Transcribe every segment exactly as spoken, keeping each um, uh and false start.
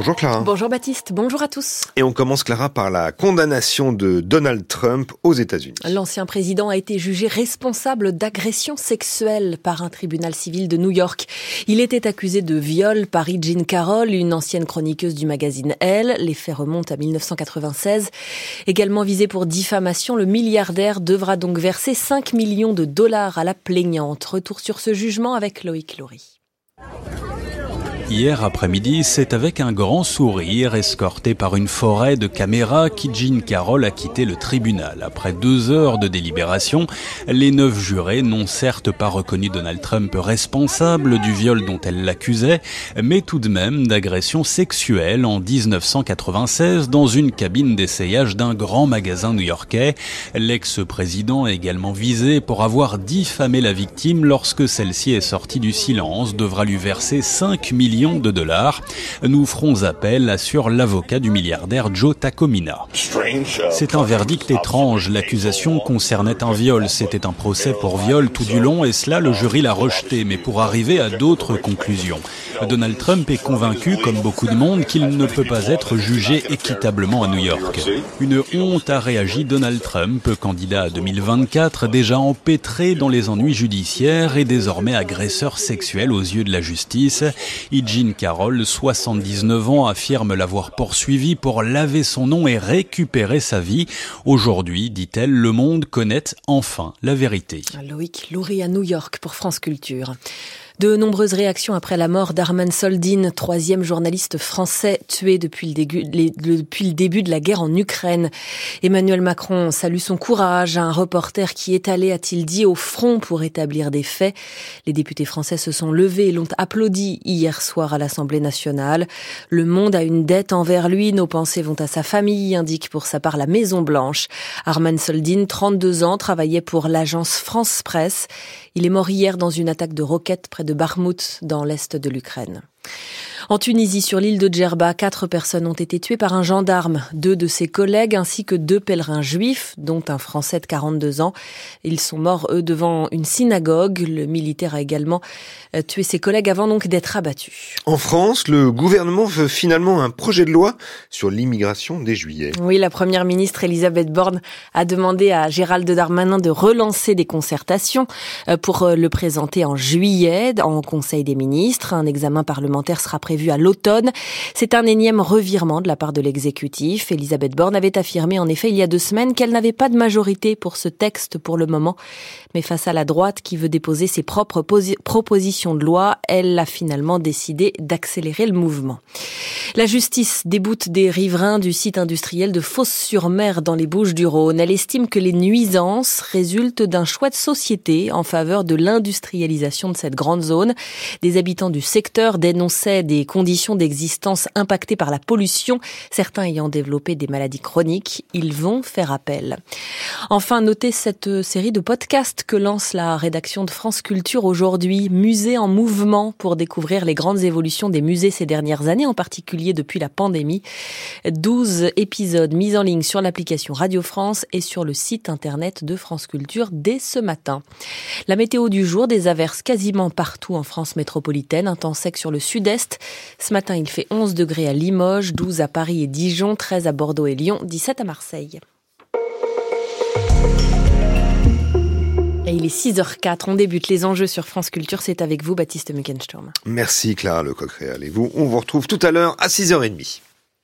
Bonjour Clara. Bonjour Baptiste, bonjour à tous. Et on commence Clara par la condamnation de Donald Trump aux États-Unis. L'ancien président a été jugé responsable d'agression sexuelle par un tribunal civil de New York. Il était accusé de viol par E. Jean Carroll, une ancienne chroniqueuse du magazine Elle. Les faits remontent à dix-neuf cent quatre-vingt-seize. Également visé pour diffamation, le milliardaire devra donc verser cinq millions de dollars à la plaignante. Retour sur ce jugement avec Loïc Laurie. Hier après-midi, c'est avec un grand sourire, escorté par une forêt de caméras, qu'E. Jean Carroll a quitté le tribunal. Après deux heures de délibération, les neuf jurés n'ont certes pas reconnu Donald Trump responsable du viol dont elle l'accusait, mais tout de même d'agression sexuelle en dix-neuf cent quatre-vingt-seize dans une cabine d'essayage d'un grand magasin new-yorkais. L'ex-président est également visé pour avoir diffamé la victime lorsque celle-ci est sortie du silence, devra lui verser cinq millions de dollars. Nous ferons appel, assure l'avocat du milliardaire Joe Taormina. C'est un verdict étrange. L'accusation concernait un viol. C'était un procès pour viol tout du long et cela, le jury l'a rejeté, mais pour arriver à d'autres conclusions. Donald Trump est convaincu, comme beaucoup de monde, qu'il ne peut pas être jugé équitablement à New York. Une honte, a réagi Donald Trump, candidat à deux mille vingt-quatre, déjà empêtré dans les ennuis judiciaires et désormais agresseur sexuel aux yeux de la justice. E. Jean Carroll, soixante-dix-neuf ans, affirme l'avoir poursuivi pour laver son nom et récupérer sa vie. Aujourd'hui, dit-elle, le monde connaît enfin la vérité. Loïc Laurie à New York pour France Culture. De nombreuses réactions après la mort d'Arman Soldin, troisième journaliste français tué depuis le, début, les, depuis le début de la guerre en Ukraine. Emmanuel Macron salue son courage. Un reporter qui est allé, a-t-il dit, au front pour établir des faits. Les députés français se sont levés et l'ont applaudi hier soir à l'Assemblée nationale. Le monde a une dette envers lui. Nos pensées vont à sa famille, indique pour sa part la Maison-Blanche. Arman Soldin, trente-deux ans, travaillait pour l'agence France Presse. Il est mort hier dans une attaque de roquettes près de Bakhmout, dans l'est de l'Ukraine. En Tunisie, sur l'île de Djerba, quatre personnes ont été tuées par un gendarme. Deux de ses collègues ainsi que deux pèlerins juifs, dont un Français de quarante-deux ans. Ils sont morts, eux, devant une synagogue. Le militaire a également tué ses collègues avant donc d'être abattu. En France, le gouvernement veut finalement un projet de loi sur l'immigration dès juillet. Oui, la première ministre Elisabeth Borne a demandé à Gérald Darmanin de relancer des concertations pour le présenter en juillet en Conseil des ministres. Un examen parlementaire sera prévu à l'automne. C'est un énième revirement de la part de l'exécutif. Elisabeth Borne avait affirmé en effet il y a deux semaines qu'elle n'avait pas de majorité pour ce texte pour le moment. Mais face à la droite qui veut déposer ses propres posi- propositions de loi, elle a finalement décidé d'accélérer le mouvement. La justice déboute des riverains du site industriel de Fos-sur-Mer dans les Bouches-du-Rhône. Elle estime que les nuisances résultent d'un choix de société en faveur de l'industrialisation de cette grande zone. Des habitants du secteur dénonçaient des conditions d'existence impactées par la pollution, certains ayant développé des maladies chroniques. Ils vont faire appel. Enfin, notez cette série de podcasts que lance la rédaction de France Culture aujourd'hui. Musée en mouvement pour découvrir les grandes évolutions des musées ces dernières années, en particulier depuis la pandémie. douze épisodes mis en ligne sur l'application Radio France et sur le site internet de France Culture dès ce matin. La météo du jour, des averses quasiment partout en France métropolitaine, un temps sec sur le sud-est. Ce matin, il fait onze degrés à Limoges, douze à Paris et Dijon, treize à Bordeaux et Lyon, dix-sept à Marseille. Et il est six heures quatre, on débute les enjeux sur France Culture, c'est avec vous Baptiste Muckensturm. Merci Clara Lecoq-Réal et vous, on vous retrouve tout à l'heure à six heures trente.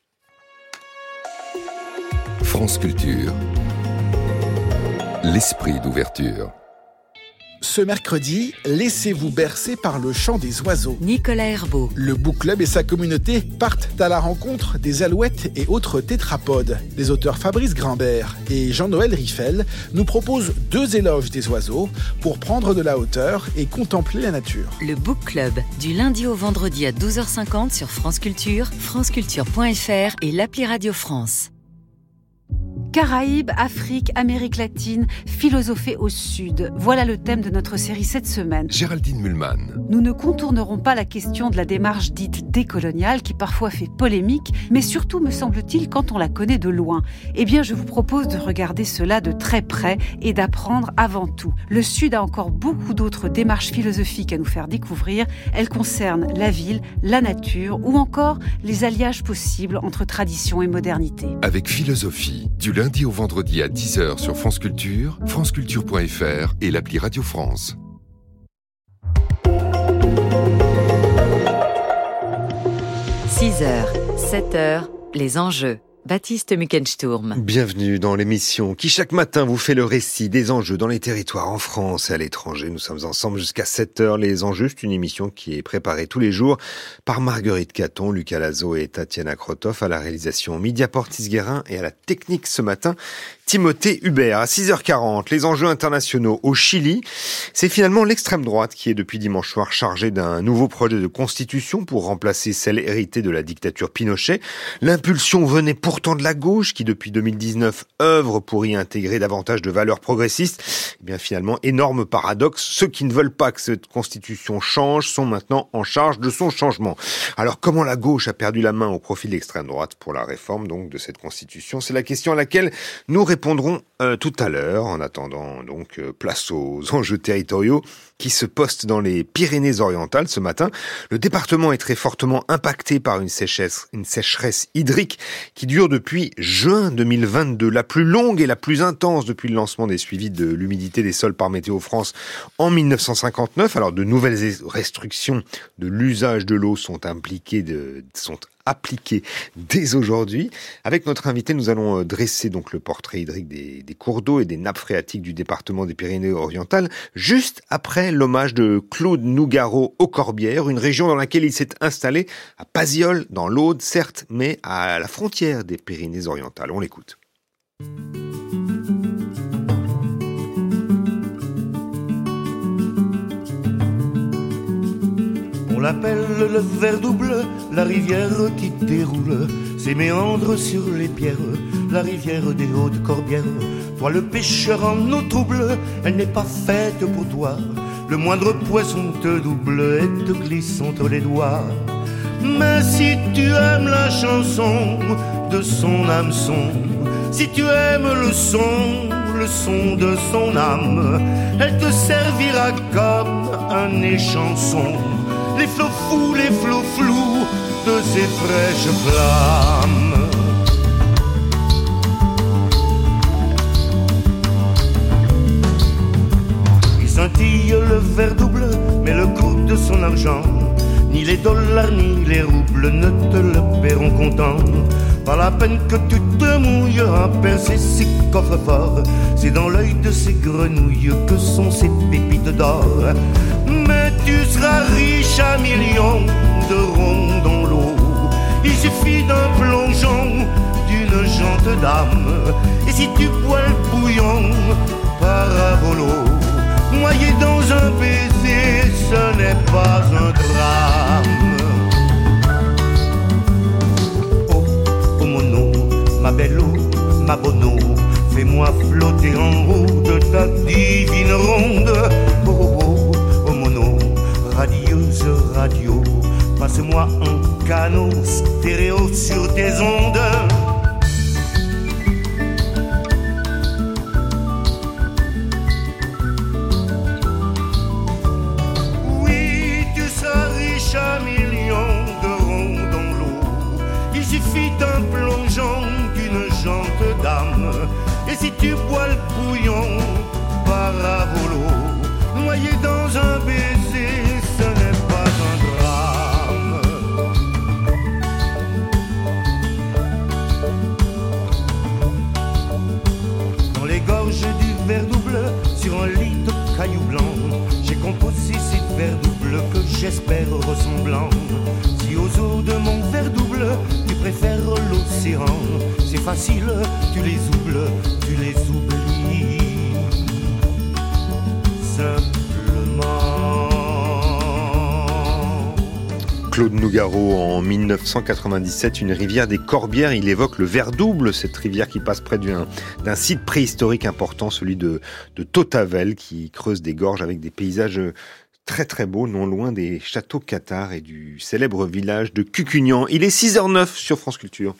France Culture, l'esprit d'ouverture. Ce mercredi, laissez-vous bercer par le chant des oiseaux. Nicolas Herbeau. Le Book Club et sa communauté partent à la rencontre des alouettes et autres tétrapodes. Les auteurs Fabrice Grimbert et Jean-Noël Riffel nous proposent deux éloges des oiseaux pour prendre de la hauteur et contempler la nature. Le Book Club, du lundi au vendredi à douze heures cinquante sur France Culture, franceculture point f r et l'appli Radio France. Caraïbes, Afrique, Amérique latine, philosopher au sud. Voilà le thème de notre série cette semaine. Géraldine Mühlmann. Nous ne contournerons pas la question de la démarche dite décoloniale qui parfois fait polémique, mais surtout, me semble-t-il, quand on la connaît de loin. Eh bien, je vous propose de regarder cela de très près et d'apprendre avant tout. Le Sud a encore beaucoup d'autres démarches philosophiques à nous faire découvrir. Elles concernent la ville, la nature ou encore les alliages possibles entre tradition et modernité. Avec philosophie, du lundi au vendredi à dix heures sur France Culture, franceculture point f r et l'appli Radio France. six heures, sept heures, les enjeux. Baptiste Muckensturm. Bienvenue dans l'émission qui chaque matin vous fait le récit des enjeux dans les territoires en France et à l'étranger. Nous sommes ensemble jusqu'à sept heures. Les enjeux, c'est une émission qui est préparée tous les jours par Marguerite Caton, Lucas Lazo et Tatiana Krotov, à la réalisation Midia Portis-Guérin et à la technique ce matin, Timothée Hubert. À six heures quarante, les enjeux internationaux au Chili. C'est finalement l'extrême droite qui est depuis dimanche soir chargée d'un nouveau projet de constitution pour remplacer celle héritée de la dictature Pinochet. L'impulsion venait pour pourtant de la gauche qui depuis deux mille dix-neuf œuvre pour y intégrer davantage de valeurs progressistes. Eh bien finalement, énorme paradoxe, ceux qui ne veulent pas que cette constitution change sont maintenant en charge de son changement. Alors comment la gauche a perdu la main au profit de l'extrême droite pour la réforme donc de cette constitution? C'est la question à laquelle nous répondrons euh, tout à l'heure. En attendant donc euh, place aux enjeux territoriaux qui se postent dans les Pyrénées-Orientales ce matin. Le département est très fortement impacté par une sécheresse, une sécheresse hydrique qui dure depuis juin deux mille vingt-deux, la plus longue et la plus intense depuis le lancement des suivis de l'humidité des sols par Météo France en mille neuf cent cinquante-neuf. Alors de nouvelles restrictions de l'usage de l'eau sont impliquées, de, sont appliquées dès aujourd'hui. Avec notre invité, nous allons dresser donc le portrait hydrique des, des cours d'eau et des nappes phréatiques du département des Pyrénées-Orientales, juste après l'hommage de Claude Nougaro aux Corbières, une région dans laquelle il s'est installé à Paziolles, dans l'Aude, certes, mais à la frontière des Pyrénées-Orientales. On l'écoute. On l'appelle le ver double, la rivière qui déroule ses méandres sur les pierres, la rivière des hautes Corbières. Toi le pêcheur en eau trouble, elle n'est pas faite pour toi. Le moindre poisson te double et te glisse entre les doigts. Mais si tu aimes la chanson de son hameçon, si tu aimes le son, le son de son âme, elle te servira comme un échanson. Les flots fous, les flots flous de ces fraîches flammes. Il scintille le ver double, mais le coût de son argent, ni les dollars ni les roubles ne te le paieront content. Pas la peine que tu te mouilles à percer ces coffres forts, c'est dans l'œil de ces grenouilles que sont ces pépites d'or. Mais tu seras riche à millions de ronds dans l'eau. Il suffit d'un plongeon, d'une jante d'âme. Et si tu bois le bouillon paravolo, noyé dans un baiser, ce n'est pas un drame. Oh, oh mono, ma belle eau, ma bonne eau, fais-moi flotter en haut de ta divine ronde. Oh, oh, oh, oh mono, radieuse radio, passe-moi un canot stéréo sur tes ondes. Oui, tu seras riche à millions de ronds dans l'eau. Il suffit d'un plongeon, d'une jante d'âme. Et si tu bois le bouillon paravolo, noyé dans un baiser, ce n'est pas un drame. Dans les gorges du ver double, sur un lit de cailloux blancs, j'ai composé ces vers doubles que j'espère ressemblants. Si aux eaux de mon ver double, tu préfères l'océan, c'est facile, tu les oublies, tu les oublies simplement. Claude Nougaro en mille neuf cent quatre-vingt-dix-sept, une rivière des Corbières. Il évoque le Verdouble, cette rivière qui passe près d'un, d'un site préhistorique important, celui de, de Tautavel, qui creuse des gorges avec des paysages très très beaux, non loin des châteaux cathares et du célèbre village de Cucugnan. Il est six heures zéro neuf sur France Culture.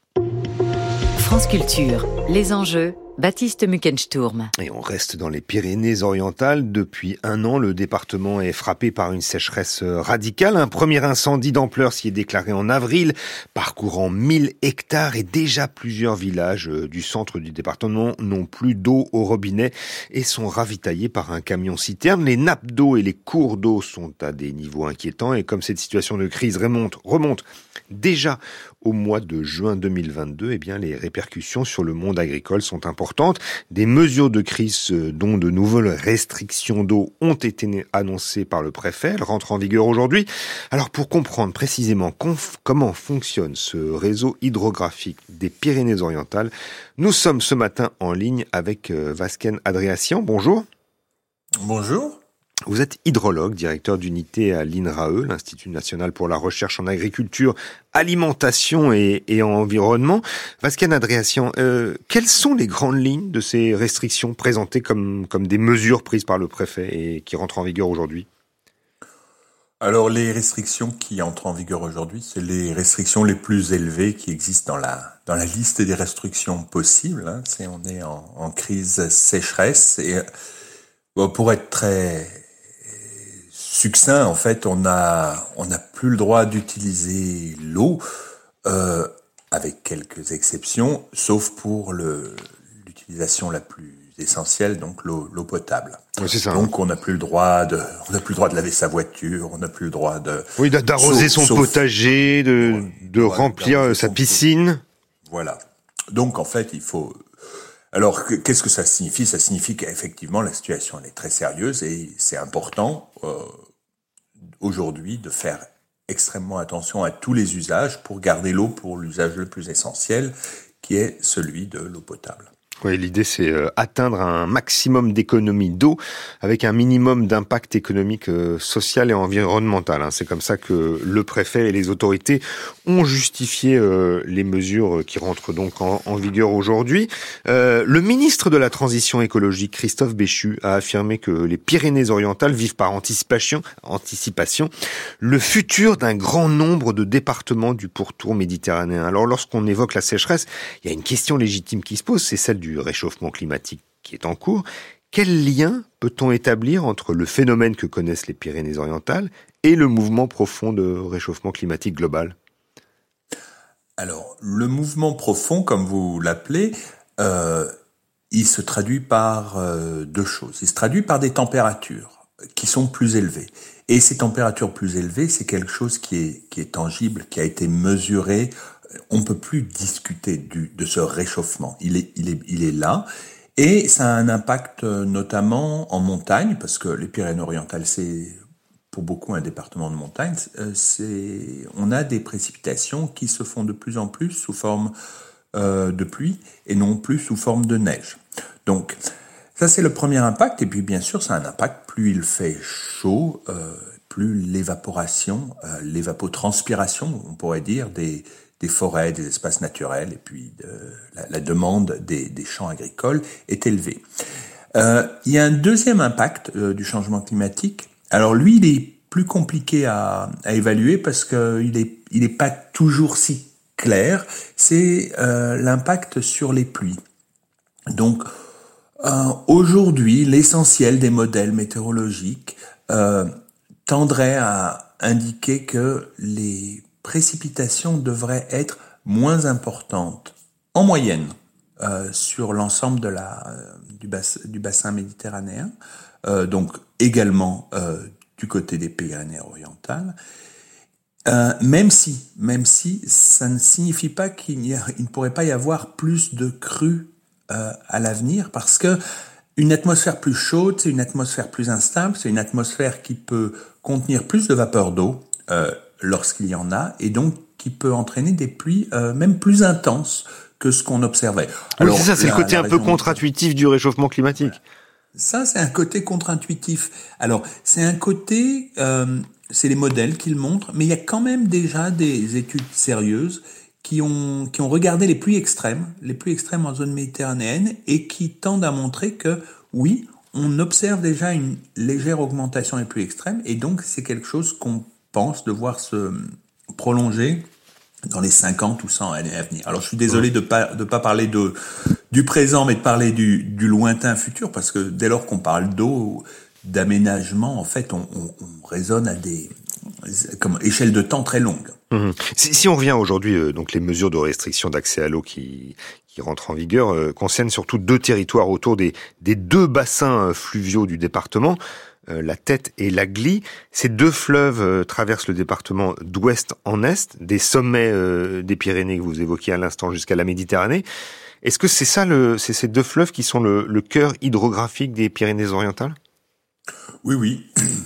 France Culture, les enjeux. Baptiste Muckensturm. Et on reste dans les Pyrénées-Orientales. Depuis un an, le département est frappé par une sécheresse radicale. Un premier incendie d'ampleur s'y est déclaré en avril, parcourant mille hectares et déjà plusieurs villages du centre du département n'ont plus d'eau au robinet et sont ravitaillés par un camion-citerne. Les nappes d'eau et les cours d'eau sont à des niveaux inquiétants et comme cette situation de crise remonte, remonte déjà au mois de juin deux mille vingt-deux, eh bien, les répercussions sur le monde agricole sont importantes. Des mesures de crise, dont de nouvelles restrictions d'eau, ont été annoncées par le préfet. Elles rentrent en vigueur aujourd'hui. Alors, pour comprendre précisément conf- comment fonctionne ce réseau hydrographique des Pyrénées-Orientales, nous sommes ce matin en ligne avec euh, Vasken Adriassian. Bonjour. Bonjour. Vous êtes hydrologue, directeur d'unité à l'I N R A E, l'Institut national pour la recherche en agriculture, alimentation et, et environnement. Vasken Adriassian, euh, quelles sont les grandes lignes de ces restrictions présentées comme, comme des mesures prises par le préfet et qui rentrent en vigueur aujourd'hui ? Alors, les restrictions qui entrent en vigueur aujourd'hui, c'est les restrictions les plus élevées qui existent dans la, dans la liste des restrictions possibles. Hein. C'est, on est en, en crise sécheresse et bon, pour être très succinct, en fait, on a on n'a plus le droit d'utiliser l'eau, euh, avec quelques exceptions, sauf pour le l'utilisation la plus essentielle, donc l'eau l'eau potable. Oui, c'est ça. Donc on n'a plus le droit de on n'a plus le droit de laver sa voiture, on n'a plus le droit de oui d'arroser sauf, son sauf, potager, de de voilà, remplir sa piscine. Voilà. Donc en fait, il faut. Alors, qu'est-ce que ça signifie ? Ça signifie qu'effectivement, la situation elle est très sérieuse et c'est important euh, aujourd'hui de faire extrêmement attention à tous les usages pour garder l'eau pour l'usage le plus essentiel, qui est celui de l'eau potable. Oui, l'idée c'est euh, atteindre un maximum d'économie d'eau avec un minimum d'impact économique, euh, social et environnemental. Hein. C'est comme ça que le préfet et les autorités ont justifié euh, les mesures qui rentrent donc en, en vigueur aujourd'hui. Euh, le ministre de la Transition écologique, Christophe Béchu, a affirmé que les Pyrénées-Orientales vivent par anticipation, anticipation le futur d'un grand nombre de départements du pourtour méditerranéen. Alors lorsqu'on évoque la sécheresse, il y a une question légitime qui se pose, c'est celle du du réchauffement climatique qui est en cours. Quel lien peut-on établir entre le phénomène que connaissent les Pyrénées-Orientales et le mouvement profond de réchauffement climatique global ? Alors, le mouvement profond, comme vous l'appelez, euh, il se traduit par euh, deux choses. Il se traduit par des températures qui sont plus élevées. Et ces températures plus élevées, c'est quelque chose qui est, qui est tangible, qui a été mesuré. On ne peut plus discuter du, de ce réchauffement. Il est, il est, il est là. Et ça a un impact notamment en montagne, parce que les Pyrénées-Orientales, c'est pour beaucoup un département de montagne. C'est, on a des précipitations qui se font de plus en plus sous forme euh, de pluie et non plus sous forme de neige. Donc, ça c'est le premier impact. Et puis bien sûr, ça a un impact. Plus il fait chaud, euh, plus l'évaporation, euh, l'évapotranspiration, on pourrait dire, des des forêts, des espaces naturels, et puis de, la, la demande des, des champs agricoles est élevée. Euh, il y a un deuxième impact euh, du changement climatique. Alors lui, il est plus compliqué à, à évaluer parce qu'il est, il est pas toujours si clair. C'est euh, l'impact sur les pluies. Donc euh, aujourd'hui, l'essentiel des modèles météorologiques euh, tendrait à indiquer que les précipitations devraient être moins importantes en moyenne euh, sur l'ensemble de la euh, du, bass, du bassin méditerranéen, euh, donc également euh, du côté des Pyrénées-Orientales, euh, même si même si ça ne signifie pas qu'il n'y a, il ne pourrait pas y avoir plus de crues euh, à l'avenir, parce que une atmosphère plus chaude, c'est une atmosphère plus instable, c'est une atmosphère qui peut contenir plus de vapeur d'eau euh, lorsqu'il y en a, et donc qui peut entraîner des pluies euh, même plus intenses que ce qu'on observait. Alors, oui, c'est ça, c'est la, le côté un peu contre-intuitif du réchauffement climatique. Voilà. Ça, c'est un côté contre-intuitif. Alors, c'est un côté, euh, c'est les modèles qui le montrent, mais il y a quand même déjà des études sérieuses qui ont qui ont regardé les pluies extrêmes, les pluies extrêmes en zone méditerranéenne, et qui tendent à montrer que oui, on observe déjà une légère augmentation des pluies extrêmes, et donc c'est quelque chose qu'on pense devoir se prolonger dans les cinquante ou cent années à venir. Alors je suis désolé de pas de pas parler de du présent, mais de parler du du lointain futur, parce que dès lors qu'on parle d'eau, d'aménagement, en fait, on, on, on raisonne à des comme échelles de temps très longues. Mmh. Si, si on revient aujourd'hui, euh, donc les mesures de restriction d'accès à l'eau qui qui rentrent en vigueur euh, concernent surtout deux territoires autour des des deux bassins fluviaux du département. La Tête et l'Agly. Ces deux fleuves euh, traversent le département d'ouest en est, des sommets euh, des Pyrénées que vous évoquiez à l'instant jusqu'à la Méditerranée. Est-ce que c'est ça, le, c'est ces deux fleuves qui sont le, le cœur hydrographique des Pyrénées-Orientales ? Oui, oui.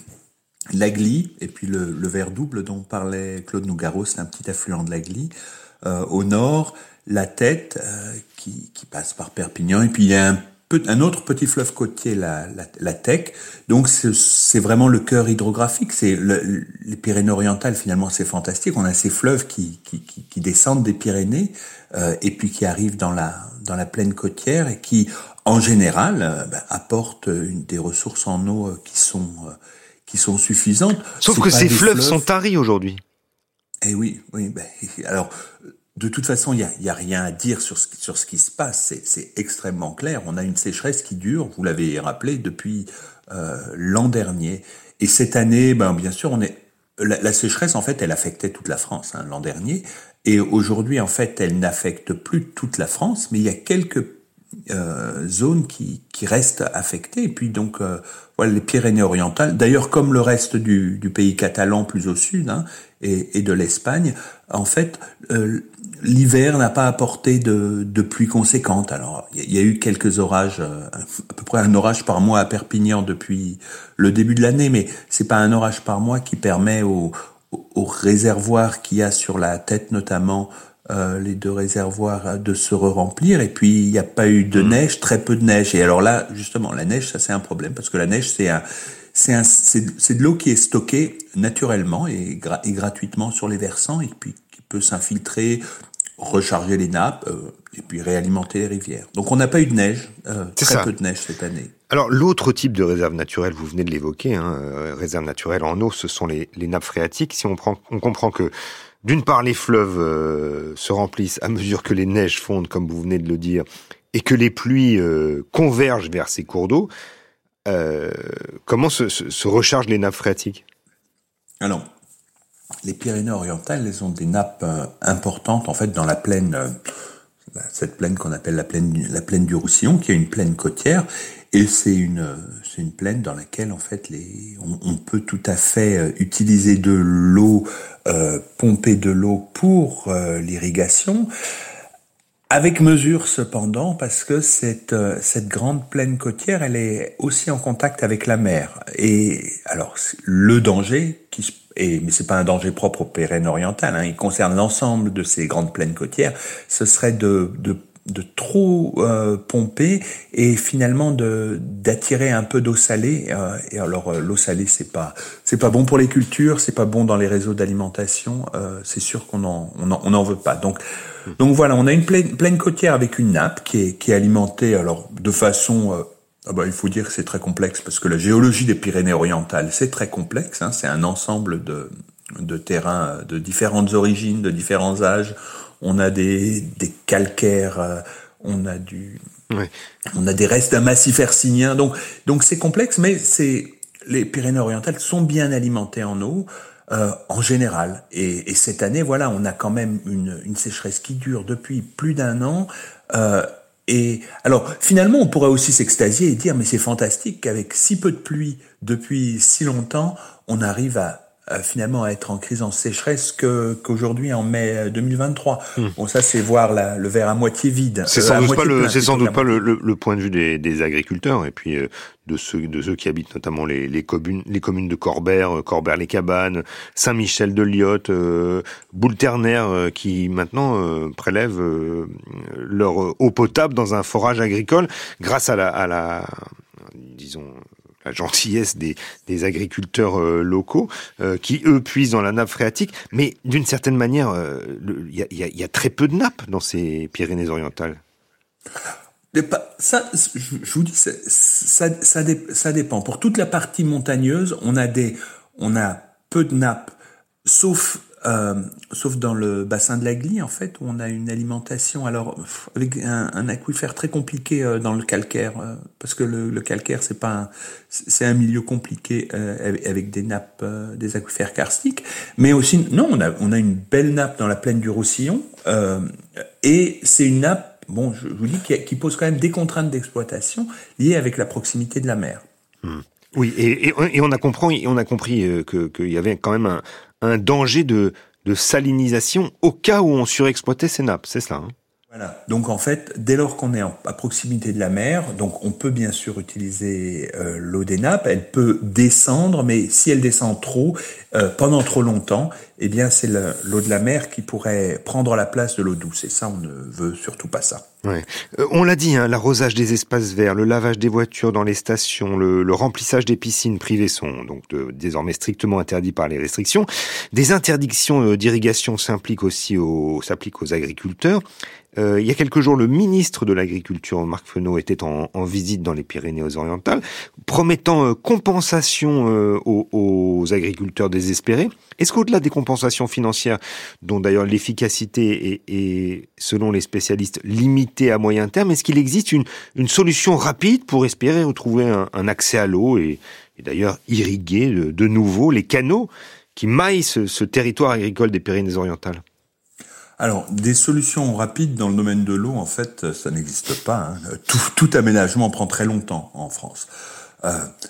L'Agly, et puis le, le vers double dont parlait Claude Nougaro, c'est un petit affluent de l'Agly. Euh, au nord, la Tête, euh, qui, qui passe par Perpignan, et puis il y a un un autre petit fleuve côtier, la, la, la Tech. Donc c'est, c'est vraiment le cœur hydrographique. C'est le, les Pyrénées-Orientales, finalement, c'est fantastique. On a ces fleuves qui, qui, qui, qui descendent des Pyrénées euh, et puis qui arrivent dans la, dans la plaine côtière et qui, en général, euh, bah, apportent une, des ressources en eau euh, qui sont euh, qui sont suffisantes. Sauf c'est que ces fleuves, fleuves sont taris aujourd'hui. Eh oui, oui. Bah, alors. De toute façon, il y a, y a rien à dire sur ce, sur ce qui se passe. C'est, c'est extrêmement clair. On a une sécheresse qui dure, vous l'avez rappelé, depuis euh, l'an dernier. Et cette année, ben bien sûr, on est la, la sécheresse, en fait, elle affectait toute la France hein, l'an dernier. Et aujourd'hui, en fait, elle n'affecte plus toute la France, mais il y a quelques euh, zones qui, qui restent affectées. Et puis donc, euh, voilà, les Pyrénées-Orientales, d'ailleurs comme le reste du, du pays catalan plus au sud, hein, et, et de l'Espagne, en fait, euh, l'hiver n'a pas apporté de, de pluie conséquente. Alors, il y, y a eu quelques orages, euh, à peu près un orage par mois à Perpignan depuis le début de l'année, mais c'est pas un orage par mois qui permet aux au, au réservoirs qu'il y a sur la Tête, notamment euh, les deux réservoirs, de se remplir. Et puis, il n'y a pas eu de neige, très peu de neige. Et alors là, justement, la neige, ça c'est un problème, parce que la neige, c'est un C'est, un, c'est, c'est de l'eau qui est stockée naturellement et, gra- et gratuitement sur les versants et puis qui peut s'infiltrer, recharger les nappes euh, et puis réalimenter les rivières. Donc on n'a pas eu de neige, euh, très ça. peu de neige cette année. Alors l'autre type de réserve naturelle, vous venez de l'évoquer, hein, euh, réserve naturelle en eau, ce sont les, les nappes phréatiques. Si on, prend, on comprend que d'une part les fleuves euh, se remplissent à mesure que les neiges fondent, comme vous venez de le dire, et que les pluies euh, convergent vers ces cours d'eau. Euh, comment se, se, se rechargent les nappes phréatiques ? Alors, les Pyrénées-Orientales, elles ont des nappes euh, importantes en fait dans la plaine, euh, cette plaine qu'on appelle la plaine, la plaine du Roussillon, qui est une plaine côtière, et c'est une, c'est une plaine dans laquelle en fait les, on, on peut tout à fait euh, utiliser de l'eau, euh, pomper de l'eau pour euh, l'irrigation. Avec mesure cependant, parce que cette euh, cette grande plaine côtière, elle est aussi en contact avec la mer. Et alors le danger, qui et mais c'est pas un danger propre aux Pyrénées-Orientales, hein, il concerne l'ensemble de ces grandes plaines côtières. Ce serait de de de trop euh, pomper et finalement de d'attirer un peu d'eau salée. Euh, et alors euh, l'eau salée, c'est pas c'est pas bon pour les cultures, c'est pas bon dans les réseaux d'alimentation. Euh, c'est sûr qu'on en on en, on en veut pas. Donc Donc voilà, on a une plaine, plaine côtière avec une nappe qui est, qui est alimentée alors de façon, euh, ah bah, il faut dire que c'est très complexe parce que la géologie des Pyrénées-Orientales c'est très complexe, hein, c'est un ensemble de, de terrains de différentes origines, de différents âges. On a des, des calcaires, euh, on a du, oui. on a des restes d'un massif hercynien. Donc donc c'est complexe, mais c'est les Pyrénées-Orientales sont bien alimentées en eau. Euh, en général. Et, et cette année, voilà, on a quand même une, une sécheresse qui dure depuis plus d'un an. Euh, et alors, finalement, on pourrait aussi s'extasier et dire, mais c'est fantastique qu'avec si peu de pluie depuis si longtemps, on arrive à, à finalement à être en crise en sécheresse que, qu'aujourd'hui en mai deux mille vingt-trois. Mmh. Bon, ça, c'est voir la, le verre à moitié vide. C'est sans euh, doute pas le, plein, c'est sans doute pas le, le, le point de vue des, des agriculteurs et puis euh, de ceux, de ceux qui habitent notamment les, les communes, les communes de Corbère, Corbère-les-Cabanes, Saint-Michel-de-Lyotte, euh, Boule-Ternaire, euh, qui maintenant euh, prélèvent euh, leur eau potable dans un forage agricole grâce à la, à la disons, la gentillesse des, des agriculteurs euh, locaux euh, qui, eux, puisent dans la nappe phréatique. Mais d'une certaine manière, il euh, y, y, y a très peu de nappes dans ces Pyrénées-Orientales. Ça, je vous dis, ça, ça, ça, ça dépend. Pour toute la partie montagneuse, on a des, on a peu de nappes, sauf Euh, sauf dans le bassin de la Glie, en fait, où on a une alimentation, alors avec un, un aquifère très compliqué euh, dans le calcaire, euh, parce que le, le calcaire, c'est pas un, c'est un milieu compliqué euh, avec des nappes, euh, des aquifères karstiques, mais aussi, non, on a, on a une belle nappe dans la plaine du Roussillon, euh, et c'est une nappe, bon, je vous dis, qui, qui pose quand même des contraintes d'exploitation liées avec la proximité de la mer. Mmh. Oui, et, et, et on a compris, on a compris euh, que qu'il y avait quand même un un danger de, de salinisation au cas où on surexploitait ces nappes, c'est cela, hein? Voilà. Donc en fait, dès lors qu'on est en, à proximité de la mer, donc on peut bien sûr utiliser euh, l'eau des nappes. Elle peut descendre, mais si elle descend trop, euh, pendant trop longtemps, eh bien c'est le, l'eau de la mer qui pourrait prendre la place de l'eau douce. Et ça, on ne veut surtout pas ça. Ouais. Euh, on l'a dit, hein, l'arrosage des espaces verts, le lavage des voitures dans les stations, le, le remplissage des piscines privées sont donc de, désormais strictement interdits par les restrictions. Des interdictions euh, d'irrigation s'impliquent aussi aux, s'appliquent aux agriculteurs. Euh, il y a quelques jours, le ministre de l'Agriculture, Marc Fesneau, était en, en visite dans les Pyrénées-Orientales, promettant euh, compensation euh, aux, aux agriculteurs désespérés. Est-ce qu'au-delà des compensations financières, dont d'ailleurs l'efficacité est, est, selon les spécialistes, limitée à moyen terme, est-ce qu'il existe une, une solution rapide pour espérer retrouver un, un accès à l'eau et, et d'ailleurs irriguer de, de nouveau les canaux qui maillent ce, ce territoire agricole des Pyrénées-Orientales? Alors, des solutions rapides dans le domaine de l'eau, en fait, ça n'existe pas, hein. Tout, tout aménagement prend très longtemps en France. Euh,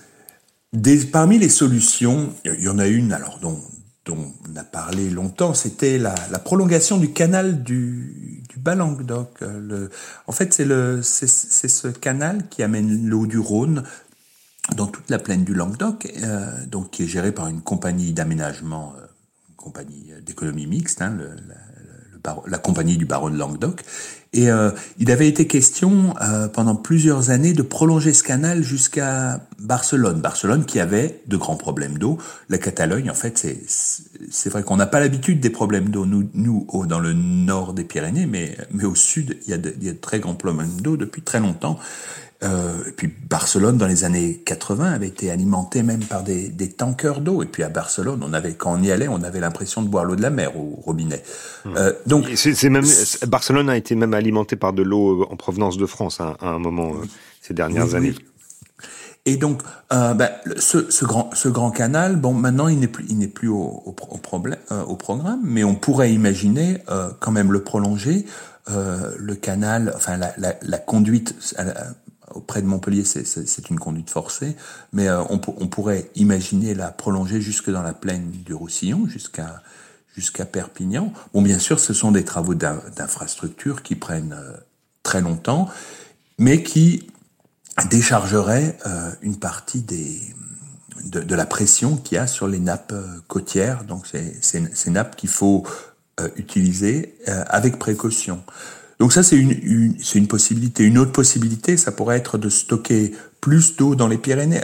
des, parmi les solutions, il y en a une, alors dont, dont on a parlé longtemps, c'était la, la prolongation du canal du, du Bas-Languedoc. Le, en fait, c'est, le, c'est, c'est ce canal qui amène l'eau du Rhône dans toute la plaine du Languedoc, euh, donc qui est gérée par une compagnie d'aménagement, euh, une compagnie d'économie mixte, hein, le, la, la compagnie du baron de Languedoc, et euh, il avait été question euh, pendant plusieurs années de prolonger ce canal jusqu'à Barcelone. Barcelone qui avait de grands problèmes d'eau. La Catalogne, en fait, c'est c'est vrai qu'on n'a pas l'habitude des problèmes d'eau, nous, nous au, dans le nord des Pyrénées, mais mais au sud, il y a de, il y a de très grands problèmes d'eau depuis très longtemps. Euh, et puis Barcelone, dans les années quatre-vingts, avait été alimentée même par des, des tankers d'eau. Et puis à Barcelone, on avait, quand on y allait, on avait l'impression de boire l'eau de la mer au robinet. Mmh. Euh, donc, c'est, c'est même Barcelone a été même alimentée par de l'eau en provenance de France hein, à un moment euh, ces dernières oui, années. Oui. Et donc, euh, ben, ce, ce grand, ce grand canal, bon, maintenant il n'est plus, il n'est plus au, au, au problème, euh, au programme, mais on pourrait imaginer euh, quand même le prolonger. Euh, le canal, enfin la, la, la conduite. La, auprès de Montpellier, c'est, c'est, c'est une conduite forcée, mais euh, on, on pourrait imaginer la prolonger jusque dans la plaine du Roussillon, jusqu'à jusqu'à Perpignan. Bon, bien sûr, ce sont des travaux d'infrastructure qui prennent euh, très longtemps, mais qui déchargeraient euh, une partie des de, de la pression qu'il y a sur les nappes euh, côtières. Donc, c'est, c'est ces nappes qu'il faut euh, utiliser euh, avec précaution. Donc ça, c'est une, une, c'est une possibilité. Une autre possibilité, ça pourrait être de stocker plus d'eau dans les Pyrénées.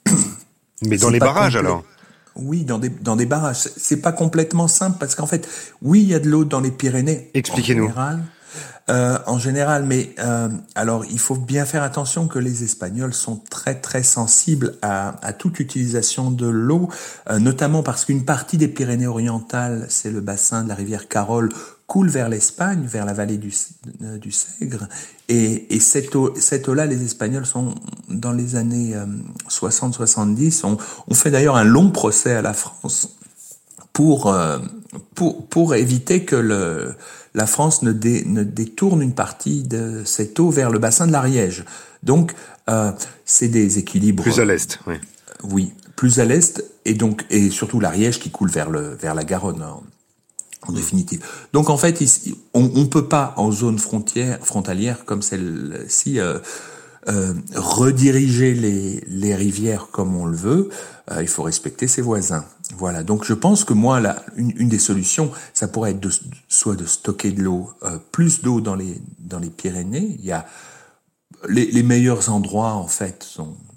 Mais dans c'est les barrages, complet. Alors Oui, dans des, dans des barrages. C'est pas complètement simple, parce qu'en fait, oui, il y a de l'eau dans les Pyrénées. Expliquez-nous. En général, euh, en général mais euh, alors, il faut bien faire attention que les Espagnols sont très, très sensibles à, à toute utilisation de l'eau, euh, notamment parce qu'une partie des Pyrénées-Orientales, c'est le bassin de la rivière Carole, coule vers l'Espagne, vers la vallée du, euh, du Sègre, et, et cette eau, cette eau-là, les Espagnols sont, dans les années euh, soixante soixante-dix, on, on fait d'ailleurs un long procès à la France pour, euh, pour, pour éviter que le, la France ne, dé, ne détourne une partie de cette eau vers le bassin de l'Ariège. Donc, euh, c'est des équilibres... Plus à l'est, oui. Euh, oui, plus à l'est, et donc, et surtout l'Ariège qui coule vers le, vers la Garonne, en, en mmh. définitive. Donc, en fait, ici, on, on peut pas, en zone frontière, frontalière comme celle-ci, euh, euh, rediriger les, les rivières comme on le veut. Euh, il faut respecter ses voisins. Voilà. Donc, je pense que moi, là, une, une des solutions, ça pourrait être de, soit de stocker de l'eau, euh, plus d'eau dans les, dans les Pyrénées. Il y a, les, les meilleurs endroits, en fait, sont,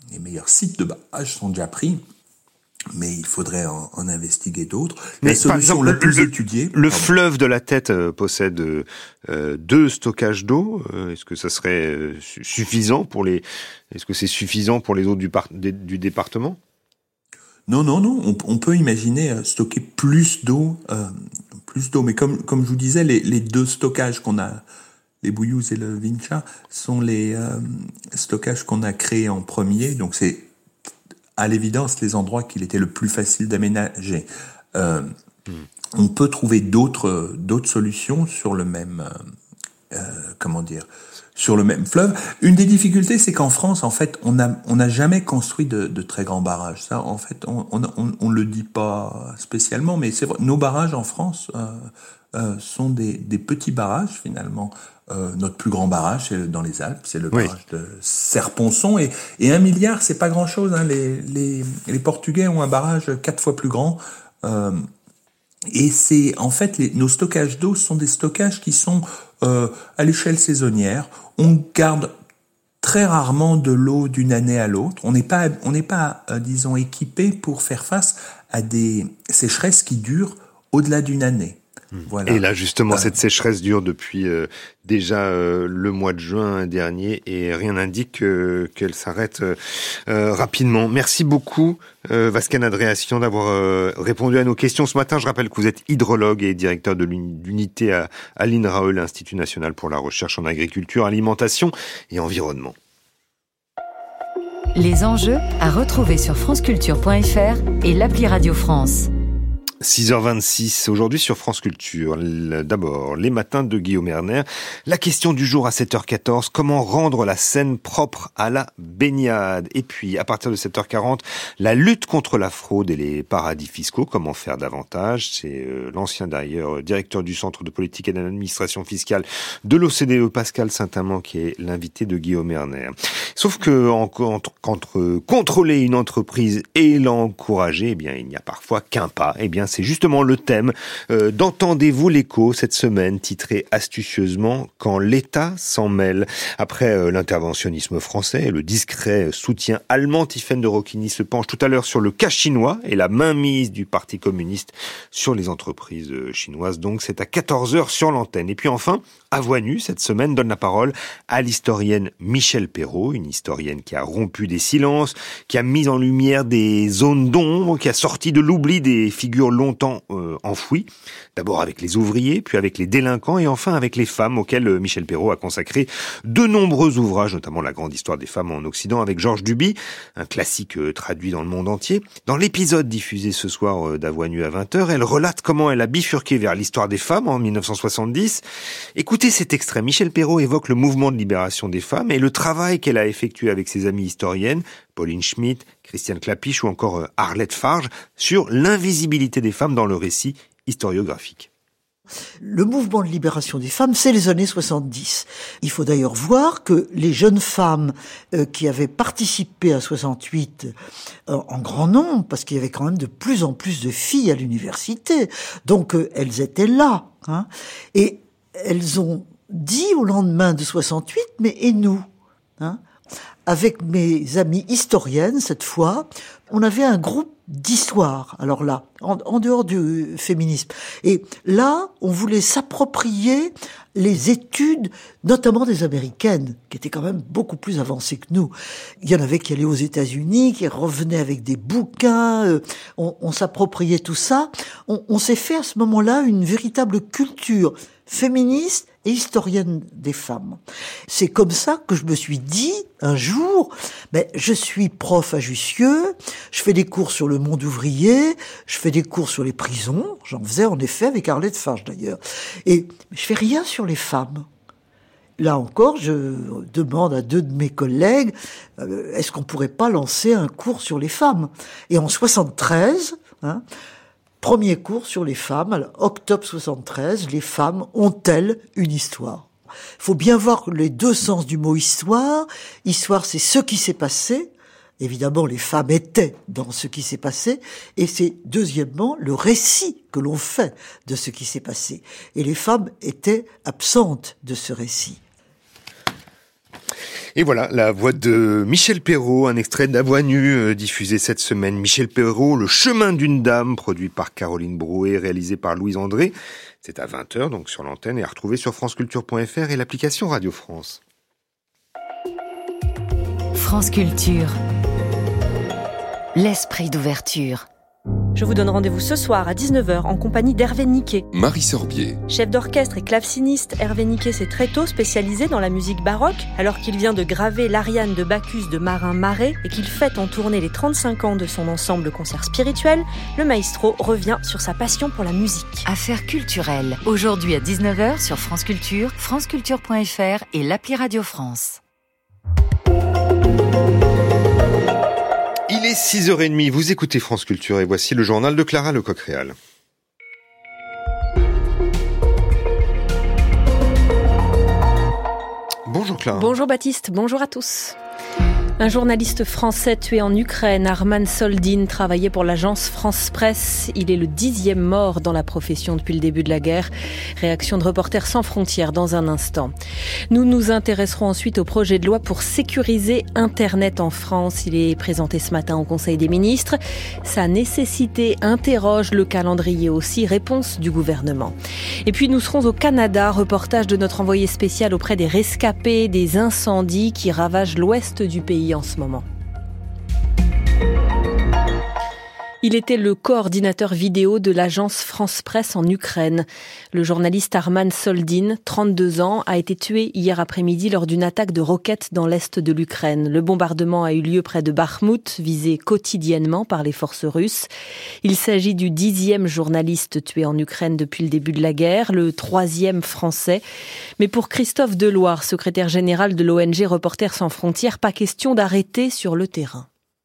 les meilleurs sites de barrages sont déjà pris. Mais il faudrait en, en investiguer d'autres. Mais la solution exemple, la plus le, étudiée... Le pardon. fleuve de la Tête euh, possède euh, deux stockages d'eau. Euh, est-ce que ça serait euh, suffisant pour les... Est-ce que c'est suffisant pour les eaux du, par... du département ? Non, non, non. On, on peut imaginer euh, stocker plus d'eau, euh, plus d'eau. Mais comme comme je vous disais, les, les deux stockages qu'on a, les Bouilloux et le Vincha, sont les euh, stockages qu'on a créés en premier. Donc c'est à l'évidence les endroits qu'il était le plus facile d'aménager. Euh, mmh. On peut trouver d'autres d'autres solutions sur le même euh, comment dire sur le même fleuve. Une des difficultés, c'est qu'en France, en fait, on a on n'a jamais construit de, de très grands barrages. Ça, en fait, on on on, on le dit pas spécialement, mais c'est vrai. Nos barrages en France euh, euh, sont des des petits barrages finalement. Euh, notre plus grand barrage, c'est dans les Alpes, c'est le oui. barrage de Serponçon, et, et un milliard, c'est pas grand-chose. Hein. Les, les, les Portugais ont un barrage quatre fois plus grand, euh, et c'est en fait les, nos stockages d'eau sont des stockages qui sont euh, à l'échelle saisonnière. On garde très rarement de l'eau d'une année à l'autre. On n'est pas, on n'est pas, euh, disons, équipé pour faire face à des sécheresses qui durent au-delà d'une année. Voilà. Et là, justement, euh, cette sécheresse dure depuis euh, déjà euh, le mois de juin dernier et rien n'indique euh, qu'elle s'arrête euh, euh, rapidement. Merci beaucoup, euh, Vascan Andréassian, d'avoir euh, répondu à nos questions ce matin. Je rappelle que vous êtes hydrologue et directeur de l'unité à, à l'INRAE, l'Institut national pour la recherche en agriculture, alimentation et environnement. Les enjeux à retrouver sur franceculture point f r et l'appli Radio France. six heures vingt-six, aujourd'hui sur France Culture. D'abord, les matins de Guillaume Erner. La question du jour à sept heures quatorze, comment rendre la Seine propre à la baignade ? Et puis, à partir de sept heures quarante, la lutte contre la fraude et les paradis fiscaux, comment faire davantage ? C'est euh, l'ancien d'ailleurs directeur du Centre de politique et d'administration fiscale de l'O C D E, Pascal Saint-Amand, qui est l'invité de Guillaume Erner. Sauf que entre, entre contrôler une entreprise et l'encourager, eh bien, il n'y a parfois qu'un pas. Eh bien, c'est justement le thème euh, d'Entendez-vous l'écho cette semaine, titré astucieusement « Quand l'État s'en mêle ». Après euh, l'interventionnisme français et le discret soutien allemand, Tiffaine de Roquigny se penche tout à l'heure sur le cas chinois et la mainmise du Parti communiste sur les entreprises chinoises. Donc c'est à quatorze heures sur l'antenne. Et puis enfin, à Voix Nue, cette semaine, donne la parole à l'historienne Michèle Perrault, une historienne qui a rompu des silences, qui a mis en lumière des zones d'ombre, qui a sorti de l'oubli des figures longtemps euh, enfouies, d'abord avec les ouvriers, puis avec les délinquants et enfin avec les femmes, auxquelles euh, Michèle Perrault a consacré de nombreux ouvrages, notamment La grande histoire des femmes en Occident avec Georges Duby, un classique euh, traduit dans le monde entier. Dans l'épisode diffusé ce soir euh, d'À Voix Nue à vingt heures, elle relate comment elle a bifurqué vers l'histoire des femmes en dix-neuf cent soixante-dix. Écoutez cet extrait. Michèle Perrault évoque le mouvement de libération des femmes et le travail qu'elle a effectué avec ses amies historiennes, Pauline Schmitt, Christiane Clapiche ou encore Arlette Farge, sur l'invisibilité des femmes dans le récit historiographique. Le mouvement de libération des femmes, c'est les années soixante-dix. Il faut d'ailleurs voir que les jeunes femmes euh, qui avaient participé à soixante-huit euh, en grand nombre, parce qu'il y avait quand même de plus en plus de filles à l'université, donc euh, elles étaient là, hein, et elles ont dit au lendemain de soixante-huit, mais et nous, hein, avec mes amies historiennes, cette fois, on avait un groupe d'histoire, alors là, en, en dehors du féminisme. Et là, on voulait s'approprier les études, notamment des Américaines, qui étaient quand même beaucoup plus avancées que nous. Il y en avait qui allaient aux États-Unis, qui revenaient avec des bouquins, euh, on, on s'appropriait tout ça. On, on s'est fait à ce moment-là une véritable culture féministe et historienne des femmes. C'est comme ça que je me suis dit, un jour, ben, je suis prof à Jussieu, je fais des cours sur le monde ouvrier, je fais des cours sur les prisons, j'en faisais en effet avec Arlette Farge d'ailleurs, et je fais rien sur les femmes. Là encore, je demande à deux de mes collègues, euh, est-ce qu'on pourrait pas lancer un cours sur les femmes ? Et en soixante-treize, hein, premier cours sur les femmes, alors, octobre soixante-treize, les femmes ont-elles une histoire ? Il faut bien voir les deux sens du mot histoire. Histoire, c'est ce qui s'est passé. Évidemment, les femmes étaient dans ce qui s'est passé. Et c'est, deuxièmement, le récit que l'on fait de ce qui s'est passé. Et les femmes étaient absentes de ce récit. Et voilà, la voix de Michel Perrault, un extrait d'À voix nue euh, diffusé cette semaine. Michel Perrault, Le chemin d'une dame, produit par Caroline Brouet, réalisé par Louise André. C'est à vingt heures, donc sur l'antenne, et à retrouver sur franceculture point f r et l'application Radio France. France Culture. L'esprit d'ouverture. Je vous donne rendez-vous ce soir à dix-neuf heures en compagnie d'Hervé Niquet. Marie Sorbier. Chef d'orchestre et claveciniste, Hervé Niquet s'est très tôt spécialisé dans la musique baroque. Alors qu'il vient de graver l'Ariane de Bacchus de Marin Marais et qu'il fête en tournée les trente-cinq ans de son ensemble de concerts spirituels, le maestro revient sur sa passion pour la musique. Affaires culturelles. Aujourd'hui à dix-neuf heures sur France Culture, franceculture point f r et l'appli Radio France. Il est six heures trente, vous écoutez France Culture et voici le journal de Clara Lecoq-Réal. Bonjour Clara. Bonjour Baptiste, bonjour à tous. Un journaliste français tué en Ukraine, Arman Soldin, travaillait pour l'agence France Presse. Il est le dixième mort dans la profession depuis le début de la guerre. Réaction de Reporters sans frontières dans un instant. Nous nous intéresserons ensuite au projet de loi pour sécuriser Internet en France. Il est présenté ce matin au Conseil des ministres. Sa nécessité interroge le calendrier aussi. Réponse du gouvernement. Et puis nous serons au Canada. Reportage de notre envoyé spécial auprès des rescapés des incendies qui ravagent l'ouest du pays en ce moment. Il était le coordinateur vidéo de l'agence France Presse en Ukraine. Le journaliste Arman Soldin, trente-deux ans, a été tué hier après-midi lors d'une attaque de roquettes dans l'est de l'Ukraine. Le bombardement a eu lieu près de Bakhmout, visé quotidiennement par les forces russes. Il s'agit du dixième journaliste tué en Ukraine depuis le début de la guerre, le troisième français. Mais pour Christophe Deloire, secrétaire général de l'O N G Reporters sans frontières, pas question d'arrêter sur le terrain.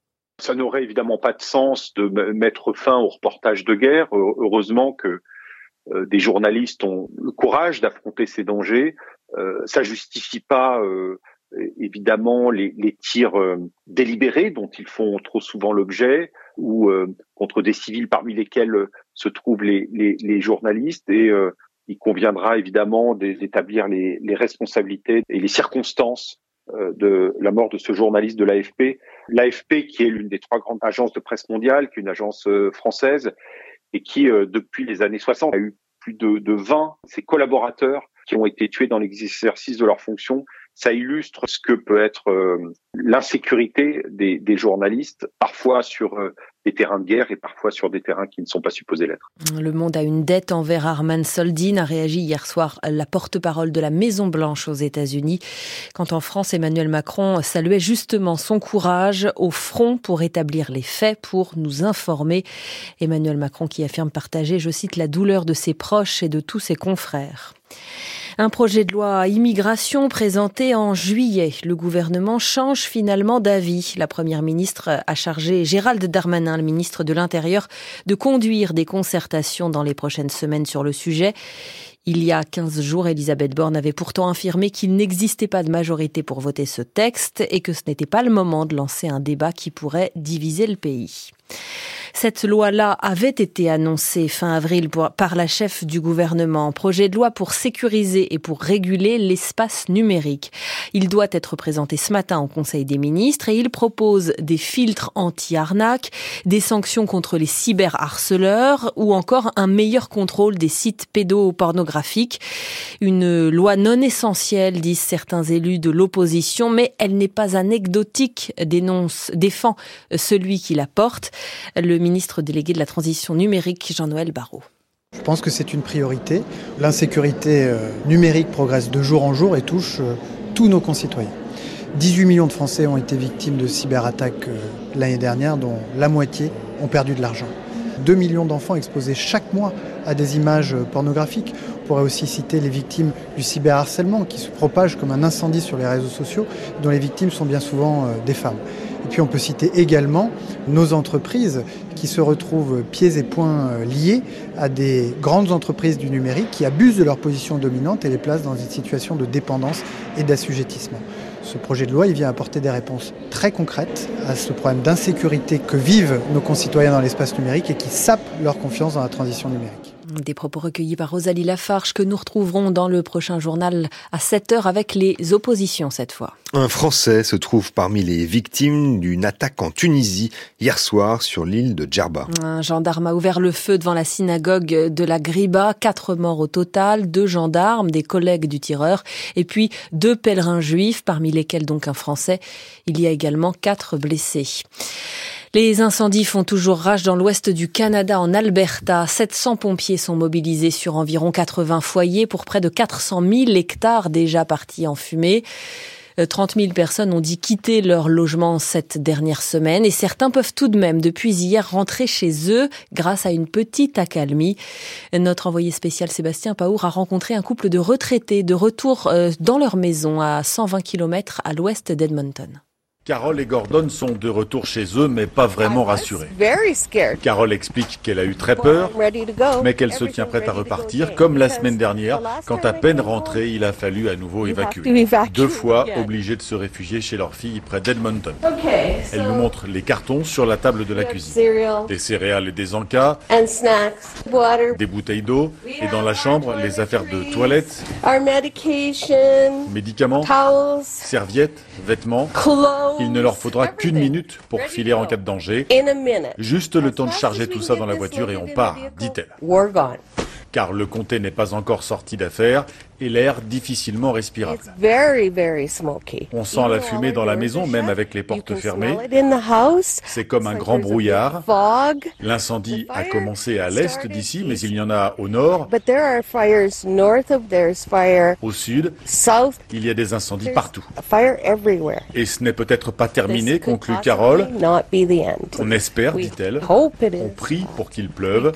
Ça n'aurait évidemment pas de sens de mettre fin au reportage de guerre. Heureusement que euh, des journalistes ont le courage d'affronter ces dangers. Euh, ça justifie pas euh, évidemment les, les tirs euh, délibérés dont ils font trop souvent l'objet, ou euh, contre des civils parmi lesquels euh, se trouvent les, les, les journalistes. Et euh, il conviendra évidemment d'établir les, les responsabilités et les circonstances de la mort de ce journaliste de l'A F P. L'A F P qui est l'une des trois grandes agences de presse mondiale, qui est une agence française et qui, depuis les années soixante, a eu plus de, de vingt de ses collaborateurs qui ont été tués dans l'exercice de leurs fonctions. Ça illustre ce que peut être euh, l'insécurité des, des journalistes, parfois sur euh, des terrains de guerre et parfois sur des terrains qui ne sont pas supposés l'être. Le Monde a une dette envers Arman Soldin, a réagi hier soir la porte-parole de la Maison-Blanche aux États-Unis. Quand en France, Emmanuel Macron saluait justement son courage au front pour établir les faits, pour nous informer. Emmanuel Macron qui affirme partager, je cite, la douleur de ses proches et de tous ses confrères. Un projet de loi immigration présenté en juillet. Le gouvernement change finalement d'avis. La première ministre a chargé Gérald Darmanin, le ministre de l'Intérieur, de conduire des concertations dans les prochaines semaines sur le sujet. Il y a quinze jours, Elisabeth Borne avait pourtant affirmé qu'il n'existait pas de majorité pour voter ce texte et que ce n'était pas le moment de lancer un débat qui pourrait diviser le pays. Cette loi-là avait été annoncée fin avril par la chef du gouvernement. Projet de loi pour sécuriser et pour réguler l'espace numérique. Il doit être présenté ce matin au Conseil des ministres et il propose des filtres anti-arnaque, des sanctions contre les cyberharceleurs ou encore un meilleur contrôle des sites pédopornographiques. Une loi non essentielle, disent certains élus de l'opposition, mais elle n'est pas anecdotique, dénonce, défend celui qui la porte. Le ministre délégué de la transition numérique, Jean-Noël Barrot. Je pense que c'est une priorité. L'insécurité numérique progresse de jour en jour et touche tous nos concitoyens. dix-huit millions de Français ont été victimes de cyberattaques l'année dernière, dont la moitié ont perdu de l'argent. deux millions d'enfants exposés chaque mois à des images pornographiques. On pourrait aussi citer les victimes du cyberharcèlement qui se propage comme un incendie sur les réseaux sociaux, dont les victimes sont bien souvent des femmes. Et puis on peut citer également nos entreprises qui se retrouvent pieds et poings liés à des grandes entreprises du numérique qui abusent de leur position dominante et les placent dans une situation de dépendance et d'assujettissement. Ce projet de loi, il vient apporter des réponses très concrètes à ce problème d'insécurité que vivent nos concitoyens dans l'espace numérique et qui sapent leur confiance dans la transition numérique. Des propos recueillis par Rosalie Lafarge que nous retrouverons dans le prochain journal à sept heures avec les oppositions cette fois. Un Français se trouve parmi les victimes d'une attaque en Tunisie hier soir sur l'île de Djerba. Un gendarme a ouvert le feu devant la synagogue de la Griba. Quatre morts au total, deux gendarmes, des collègues du tireur et puis deux pèlerins juifs, parmi lesquels donc un Français. Il y a également quatre blessés. Les incendies font toujours rage dans l'ouest du Canada, en Alberta. sept cents pompiers sont mobilisés sur environ quatre-vingts foyers pour près de quatre cent mille hectares déjà partis en fumée. trente mille personnes ont dit quitter leur logement cette dernière semaine et certains peuvent tout de même depuis hier rentrer chez eux grâce à une petite accalmie. Notre envoyé spécial Sébastien Paour a rencontré un couple de retraités de retour dans leur maison à cent vingt kilomètres à l'ouest d'Edmonton. Carole et Gordon sont de retour chez eux, mais pas vraiment rassurés. Carole explique qu'elle a eu très peur, mais qu'elle se tient prête à repartir, comme la semaine dernière, quand à peine rentrée, il a fallu à nouveau évacuer. Deux fois obligés de se réfugier chez leur fille près d'Edmonton. Elle nous montre les cartons sur la table de la cuisine. Des céréales et des encas, des bouteilles d'eau, et dans la chambre, les affaires de toilette, médicaments, serviettes, vêtements. Il ne leur faudra qu'une minute pour filer en cas de danger. Juste le temps de charger tout ça dans la voiture et on part, dit-elle. Car le comté n'est pas encore sorti d'affaires et l'air difficilement respirable. On sent la fumée dans la maison, même avec les portes fermées. C'est comme un grand brouillard. L'incendie a commencé à l'est d'ici, mais il y en a au nord, au sud. Il y a des incendies partout. Et ce n'est peut-être pas terminé, conclut Carole. On espère, dit-elle. On prie pour qu'il pleuve.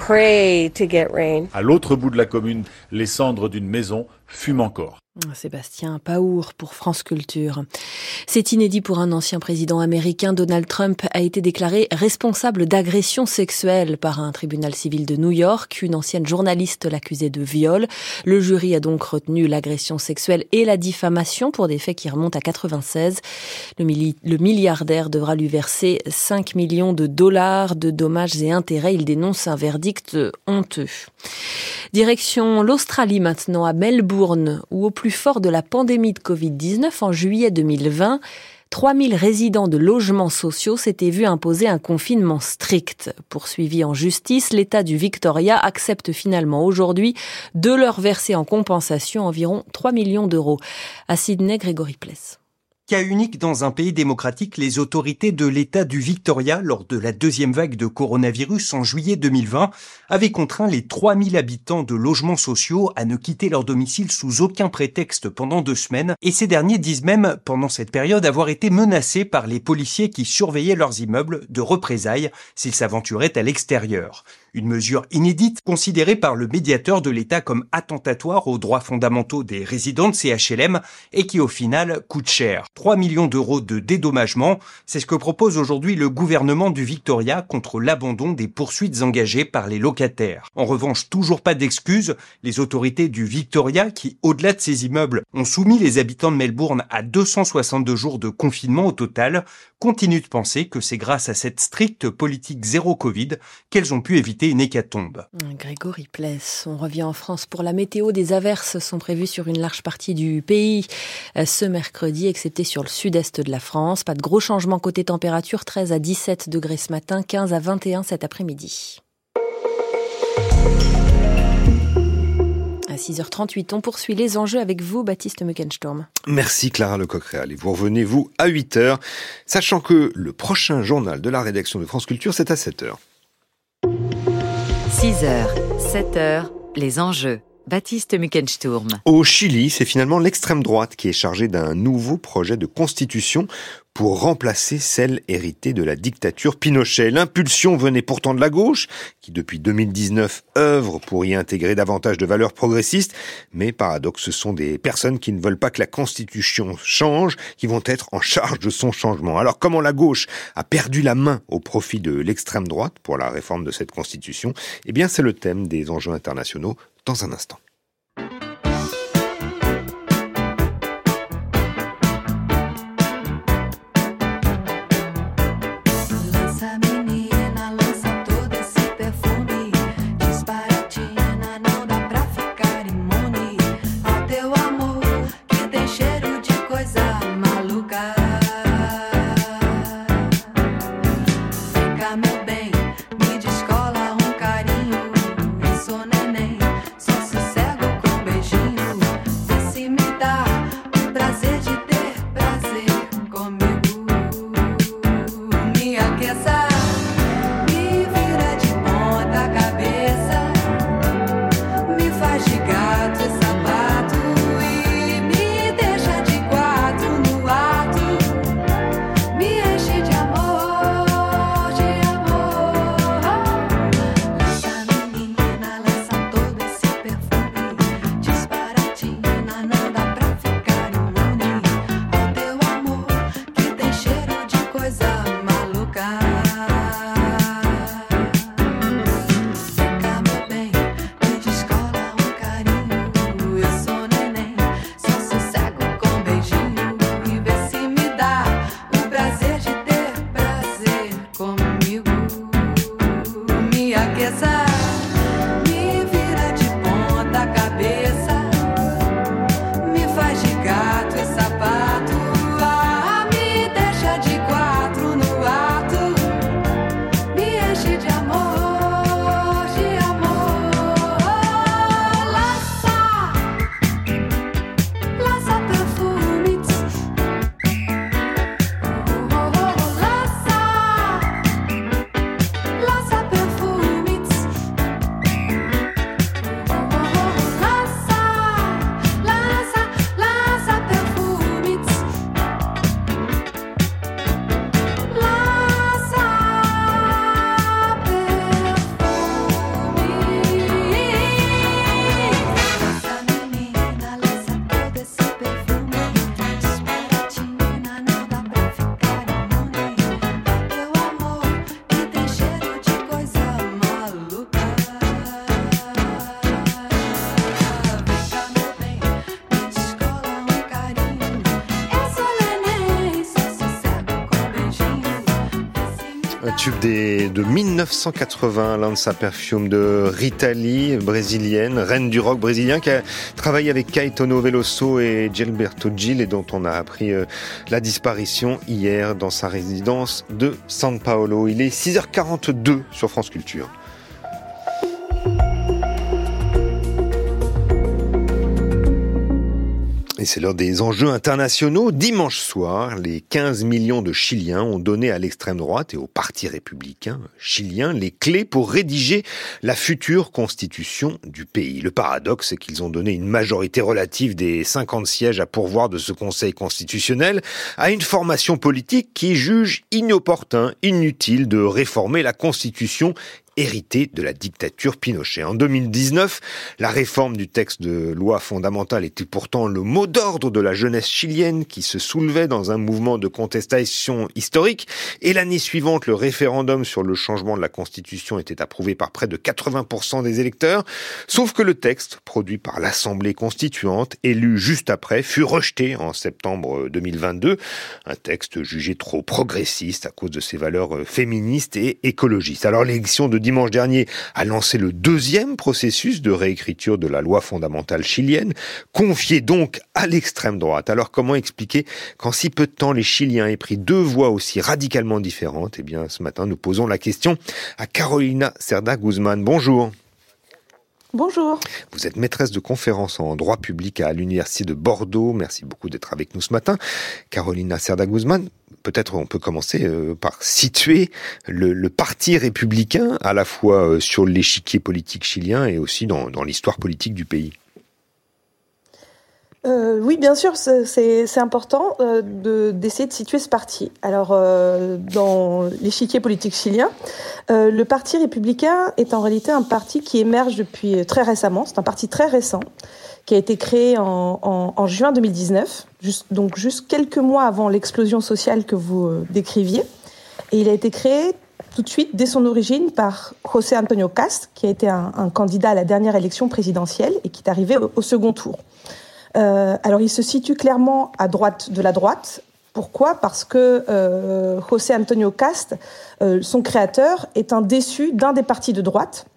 À l'autre bout de la commune, les cendres d'une maison fument encore. Sébastien Paour pour France Culture. C'est inédit pour un ancien président américain. Donald Trump a été déclaré responsable d'agression sexuelle par un tribunal civil de New York. Une ancienne journaliste l'accusait de viol. Le jury a donc retenu l'agression sexuelle et la diffamation pour des faits qui remontent à quatre-vingt-seize. Le, milli- le milliardaire devra lui verser cinq millions de dollars de dommages et intérêts. Il dénonce un verdict honteux. Direction l'Australie maintenant, à Melbourne, où au plus fort de la pandémie de covid dix-neuf en juillet deux mille vingt, trois mille résidents de logements sociaux s'étaient vus imposer un confinement strict. Poursuivi en justice, l'État du Victoria accepte finalement aujourd'hui de leur verser en compensation environ trois millions d'euros. À Sydney, Grégory Pless. Cas unique dans un pays démocratique, les autorités de l'État du Victoria, lors de la deuxième vague de coronavirus en juillet deux mille vingt, avaient contraint les trois mille habitants de logements sociaux à ne quitter leur domicile sous aucun prétexte pendant deux semaines. Et ces derniers disent même, pendant cette période, avoir été menacés par les policiers qui surveillaient leurs immeubles de représailles s'ils s'aventuraient à l'extérieur. Une mesure inédite considérée par le médiateur de l'État comme attentatoire aux droits fondamentaux des résidents de ces H L M et qui au final coûte cher. trois millions d'euros de dédommagement, c'est ce que propose aujourd'hui le gouvernement du Victoria contre l'abandon des poursuites engagées par les locataires. En revanche, toujours pas d'excuses. Les autorités du Victoria, qui au-delà de ces immeubles ont soumis les habitants de Melbourne à deux cent soixante-deux jours de confinement au total, continuent de penser que c'est grâce à cette stricte politique zéro Covid qu'elles ont pu éviter une hécatombe. Grégory Pless, on revient en France pour la météo. Des averses sont prévues sur une large partie du pays ce mercredi, excepté sur le sud-est de la France. Pas de gros changements côté température, treize à dix-sept degrés ce matin, quinze à vingt et un cet après-midi. À six heures trente-huit, on poursuit les enjeux avec vous, Baptiste Muckensturm. Merci Clara Lecoq-Réal. Et vous revenez, vous, à huit heures, sachant que le prochain journal de la rédaction de France Culture, c'est à sept heures. six heures, sept heures, les enjeux. Baptiste Muckensturm. Au Chili, c'est finalement l'extrême droite qui est chargée d'un nouveau projet de constitution pour remplacer celle héritée de la dictature Pinochet. L'impulsion venait pourtant de la gauche, qui depuis deux mille dix-neuf œuvre pour y intégrer davantage de valeurs progressistes. Mais paradoxe, ce sont des personnes qui ne veulent pas que la constitution change, qui vont être en charge de son changement. Alors comment la gauche a perdu la main au profit de l'extrême droite pour la réforme de cette constitution ? Eh bien, c'est le thème des enjeux internationaux dans un instant. Lança menina, lança todo esse perfume, diz baratina tube des, de mille neuf cent quatre-vingts, Lança Perfume de Rita Lee, brésilienne, reine du rock brésilien, qui a travaillé avec Caetano Veloso et Gilberto Gil et dont on a appris euh, la disparition hier dans sa résidence de São Paulo. Il est six heures quarante-deux sur France Culture. Et c'est l'heure des enjeux internationaux. Dimanche soir, les quinze millions de Chiliens ont donné à l'extrême droite et au parti républicain chilien les clés pour rédiger la future constitution du pays. Le paradoxe, c'est qu'ils ont donné une majorité relative des cinquante sièges à pourvoir de ce conseil constitutionnel à une formation politique qui juge inopportun, inutile de réformer la constitution hérité de la dictature Pinochet. En deux mille dix-neuf, la réforme du texte de loi fondamentale était pourtant le mot d'ordre de la jeunesse chilienne qui se soulevait dans un mouvement de contestation historique. Et l'année suivante, le référendum sur le changement de la Constitution était approuvé par près de quatre-vingts pour cent des électeurs. Sauf que le texte, produit par l'Assemblée constituante, élu juste après, fut rejeté en septembre deux mille vingt-deux. Un texte jugé trop progressiste à cause de ses valeurs féministes et écologistes. Alors l'élection de dimanche dernier a lancé le deuxième processus de réécriture de la loi fondamentale chilienne, confié donc à l'extrême droite. Alors comment expliquer qu'en si peu de temps les Chiliens aient pris deux voies aussi radicalement différentes ? Eh bien ce matin nous posons la question à Carolina Cerda Guzman. Bonjour. Bonjour. Vous êtes maîtresse de conférences en droit public à l'Université de Bordeaux. Merci beaucoup d'être avec nous ce matin. Carolina Cerda Guzman, peut-être on peut commencer euh, par situer le, le parti républicain à la fois euh, sur l'échiquier politique chilien et aussi dans, dans l'histoire politique du pays. Euh, oui, bien sûr, c'est, c'est important euh, de, d'essayer de situer ce parti. Alors, euh, dans l'échiquier politique chilien, euh, le Parti républicain est en réalité un parti qui émerge depuis très récemment. C'est un parti très récent qui a été créé en, en, en juin deux mille dix-neuf, juste, donc juste quelques mois avant l'explosion sociale que vous euh, décriviez. Et il a été créé tout de suite, dès son origine, par José Antonio Cast, qui a été un, un candidat à la dernière élection présidentielle et qui est arrivé au, au second tour. Euh, alors, il se situe clairement à droite de la droite. Pourquoi ? Parce que euh, José Antonio Cast, euh, son créateur, est un déçu d'un des partis de droite,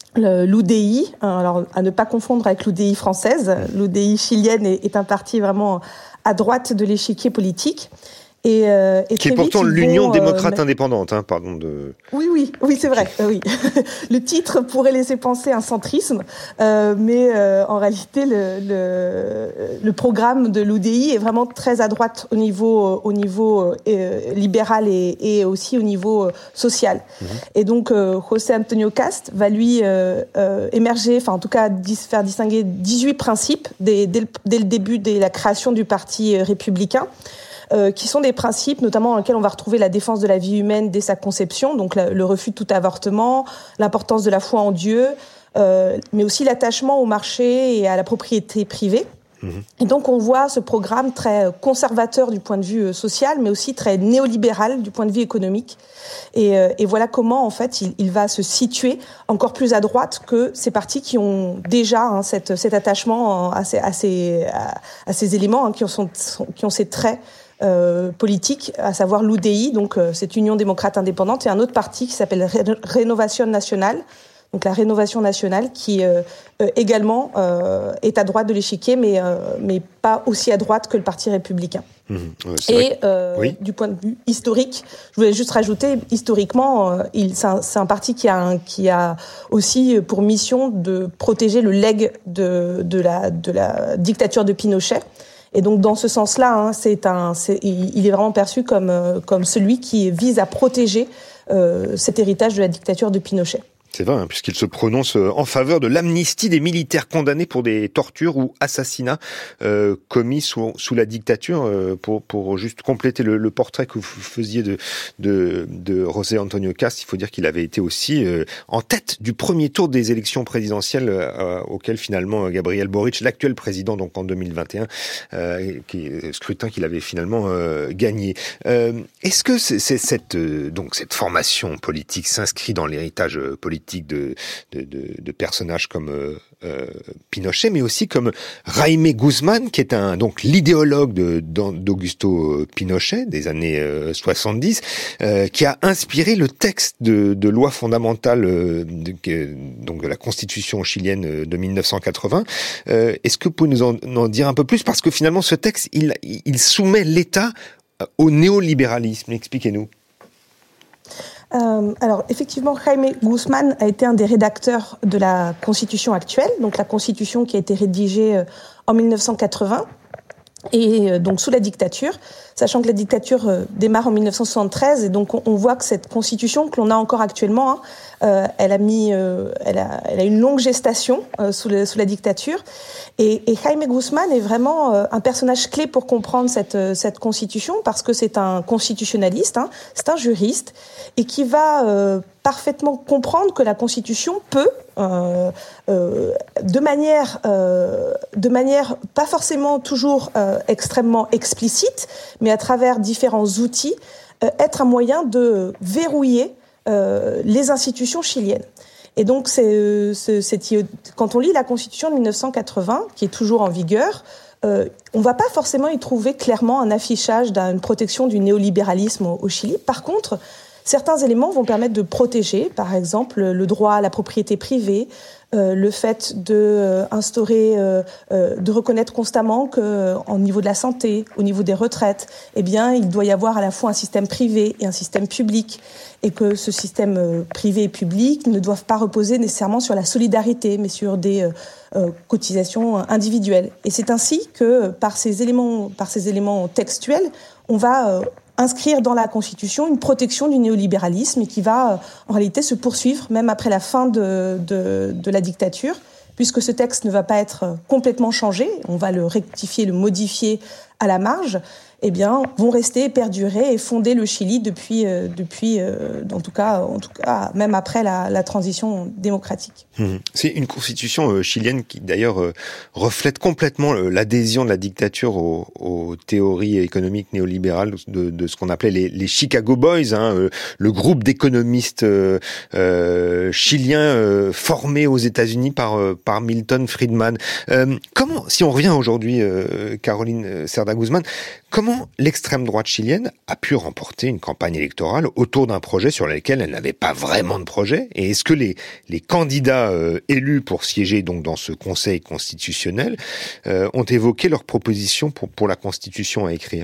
l'U D I, alors à ne pas confondre avec l'U D I française. L'U D I chilienne est, est un parti vraiment à droite de l'échiquier politique. Et, euh, et qui est pourtant l'Union vont, démocrate euh, indépendante, hein, pardon de. Oui, oui, oui, c'est vrai. Euh, oui, le titre pourrait laisser penser un centrisme, euh, mais euh, en réalité, le, le, le programme de l'U D I est vraiment très à droite au niveau, au niveau euh, libéral et, et aussi au niveau euh, social. Mmh. Et donc, euh, José Antonio Cast va lui euh, euh, émerger, enfin en tout cas dis, faire distinguer dix-huit principes dès, dès, le, dès le début de la création du Parti républicain. Euh, qui sont des principes notamment dans lesquels on va retrouver la défense de la vie humaine dès sa conception, donc la, le refus de tout avortement, l'importance de la foi en Dieu, euh, mais aussi l'attachement au marché et à la propriété privée. Mmh. Et donc on voit ce programme très conservateur du point de vue social, mais aussi très néolibéral du point de vue économique. Et, euh, et voilà comment en fait il, il va se situer encore plus à droite que ces partis qui ont déjà hein, cette, cet attachement à ces, à ces, à, à ces éléments, hein, qui, ont, qui ont ces traits Euh, politique, à savoir l'U D I, donc euh, cette Union démocrate indépendante, et un autre parti qui s'appelle Ré- Rénovation nationale, donc la Rénovation nationale, qui euh, euh, également euh, est à droite de l'échiquier, mais euh, mais pas aussi à droite que le Parti républicain. Mmh, ouais, et euh, oui. Du point de vue historique, je voulais juste rajouter, historiquement, euh, il, c'est, un, c'est un parti qui a, un, qui a aussi pour mission de protéger le legs de, de, la, de la dictature de Pinochet. Et donc dans ce sens-là, hein, c'est un, c'est, il est vraiment perçu comme euh, comme celui qui vise à protéger euh, cet héritage de la dictature de Pinochet. C'est vrai, hein, puisqu'il se prononce en faveur de l'amnistie des militaires condamnés pour des tortures ou assassinats euh, commis sous, sous la dictature. Euh, pour, pour juste compléter le, le portrait que vous faisiez de, de, de José Antonio Cast, il faut dire qu'il avait été aussi euh, en tête du premier tour des élections présidentielles euh, auquel finalement Gabriel Boric, l'actuel président donc en deux mille vingt et un, euh, qui, scrutin qu'il avait finalement euh, gagné. Euh, est-ce que c'est, c'est cette, euh, donc cette formation politique s'inscrit dans l'héritage politique politique de, de, de, de personnages comme euh, euh, Pinochet, mais aussi comme Jaime Guzman, qui est un donc l'idéologue de, d'Augusto Pinochet des années euh, soixante-dix, euh, qui a inspiré le texte de, de loi fondamentale euh, de, de, donc de la Constitution chilienne de mille neuf cent quatre-vingts. Euh, est-ce que vous pouvez nous en, en dire un peu plus, parce que finalement ce texte il, il soumet l'État au néolibéralisme. Expliquez-nous. Euh, alors, effectivement, Jaime Guzman a été un des rédacteurs de la Constitution actuelle, donc la Constitution qui a été rédigée euh, en mille neuf cent quatre-vingts, et euh, donc sous la dictature, sachant que la dictature euh, démarre en mille neuf cent soixante-treize, et donc on, on voit que cette Constitution que l'on a encore actuellement, hein, euh, elle a mis, euh, elle a, elle a une longue gestation euh, sous, le, sous la dictature, et, et Jaime Guzman est vraiment euh, un personnage clé pour comprendre cette, euh, cette Constitution, parce que c'est un constitutionnaliste, hein, c'est un juriste, et qui va euh, parfaitement comprendre que la Constitution peut, euh, euh, de manière, euh, de manière pas forcément toujours euh, extrêmement explicite, mais à travers différents outils, euh, être un moyen de verrouiller euh, les institutions chiliennes. Et donc, c'est, c'est, c'est, quand on lit la Constitution de mille neuf cent quatre-vingts, qui est toujours en vigueur, euh, on ne va pas forcément y trouver clairement un affichage d'une protection du néolibéralisme au, au Chili. Par contre, certains éléments vont permettre de protéger, par exemple, le droit à la propriété privée, euh, le fait de euh, instaurer, euh, euh, de reconnaître constamment que, euh, au niveau de la santé, au niveau des retraites, eh bien, il doit y avoir à la fois un système privé et un système public, et que ce système euh, privé et public ne doivent pas reposer nécessairement sur la solidarité, mais sur des euh, euh, cotisations individuelles. Et c'est ainsi que, par ces éléments, par ces éléments textuels, on va euh, inscrire dans la Constitution une protection du néolibéralisme et qui va euh, en réalité se poursuivre même après la fin de, de, de la dictature, puisque ce texte ne va pas être complètement changé, on va le rectifier, le modifier à la marge, eh bien, vont rester, perdurer et fonder le Chili depuis, euh, depuis euh, en tout cas, en tout cas, même après la, la transition démocratique. Mmh. C'est une constitution euh, chilienne qui, d'ailleurs, euh, reflète complètement euh, l'adhésion de la dictature aux, aux théories économiques néolibérales de, de ce qu'on appelait les, les Chicago Boys, hein, euh, le groupe d'économistes euh, euh, chiliens euh, formés aux États-Unis par, euh, par Milton Friedman. Euh, comment, si on revient aujourd'hui, euh, Caroline Cerda Guzman, comment l'extrême droite chilienne a pu remporter une campagne électorale autour d'un projet sur lequel elle n'avait pas vraiment de projet? Et est-ce que les, les candidats euh, élus pour siéger donc dans ce conseil constitutionnel euh, ont évoqué leurs propositions pour, pour la Constitution à écrire?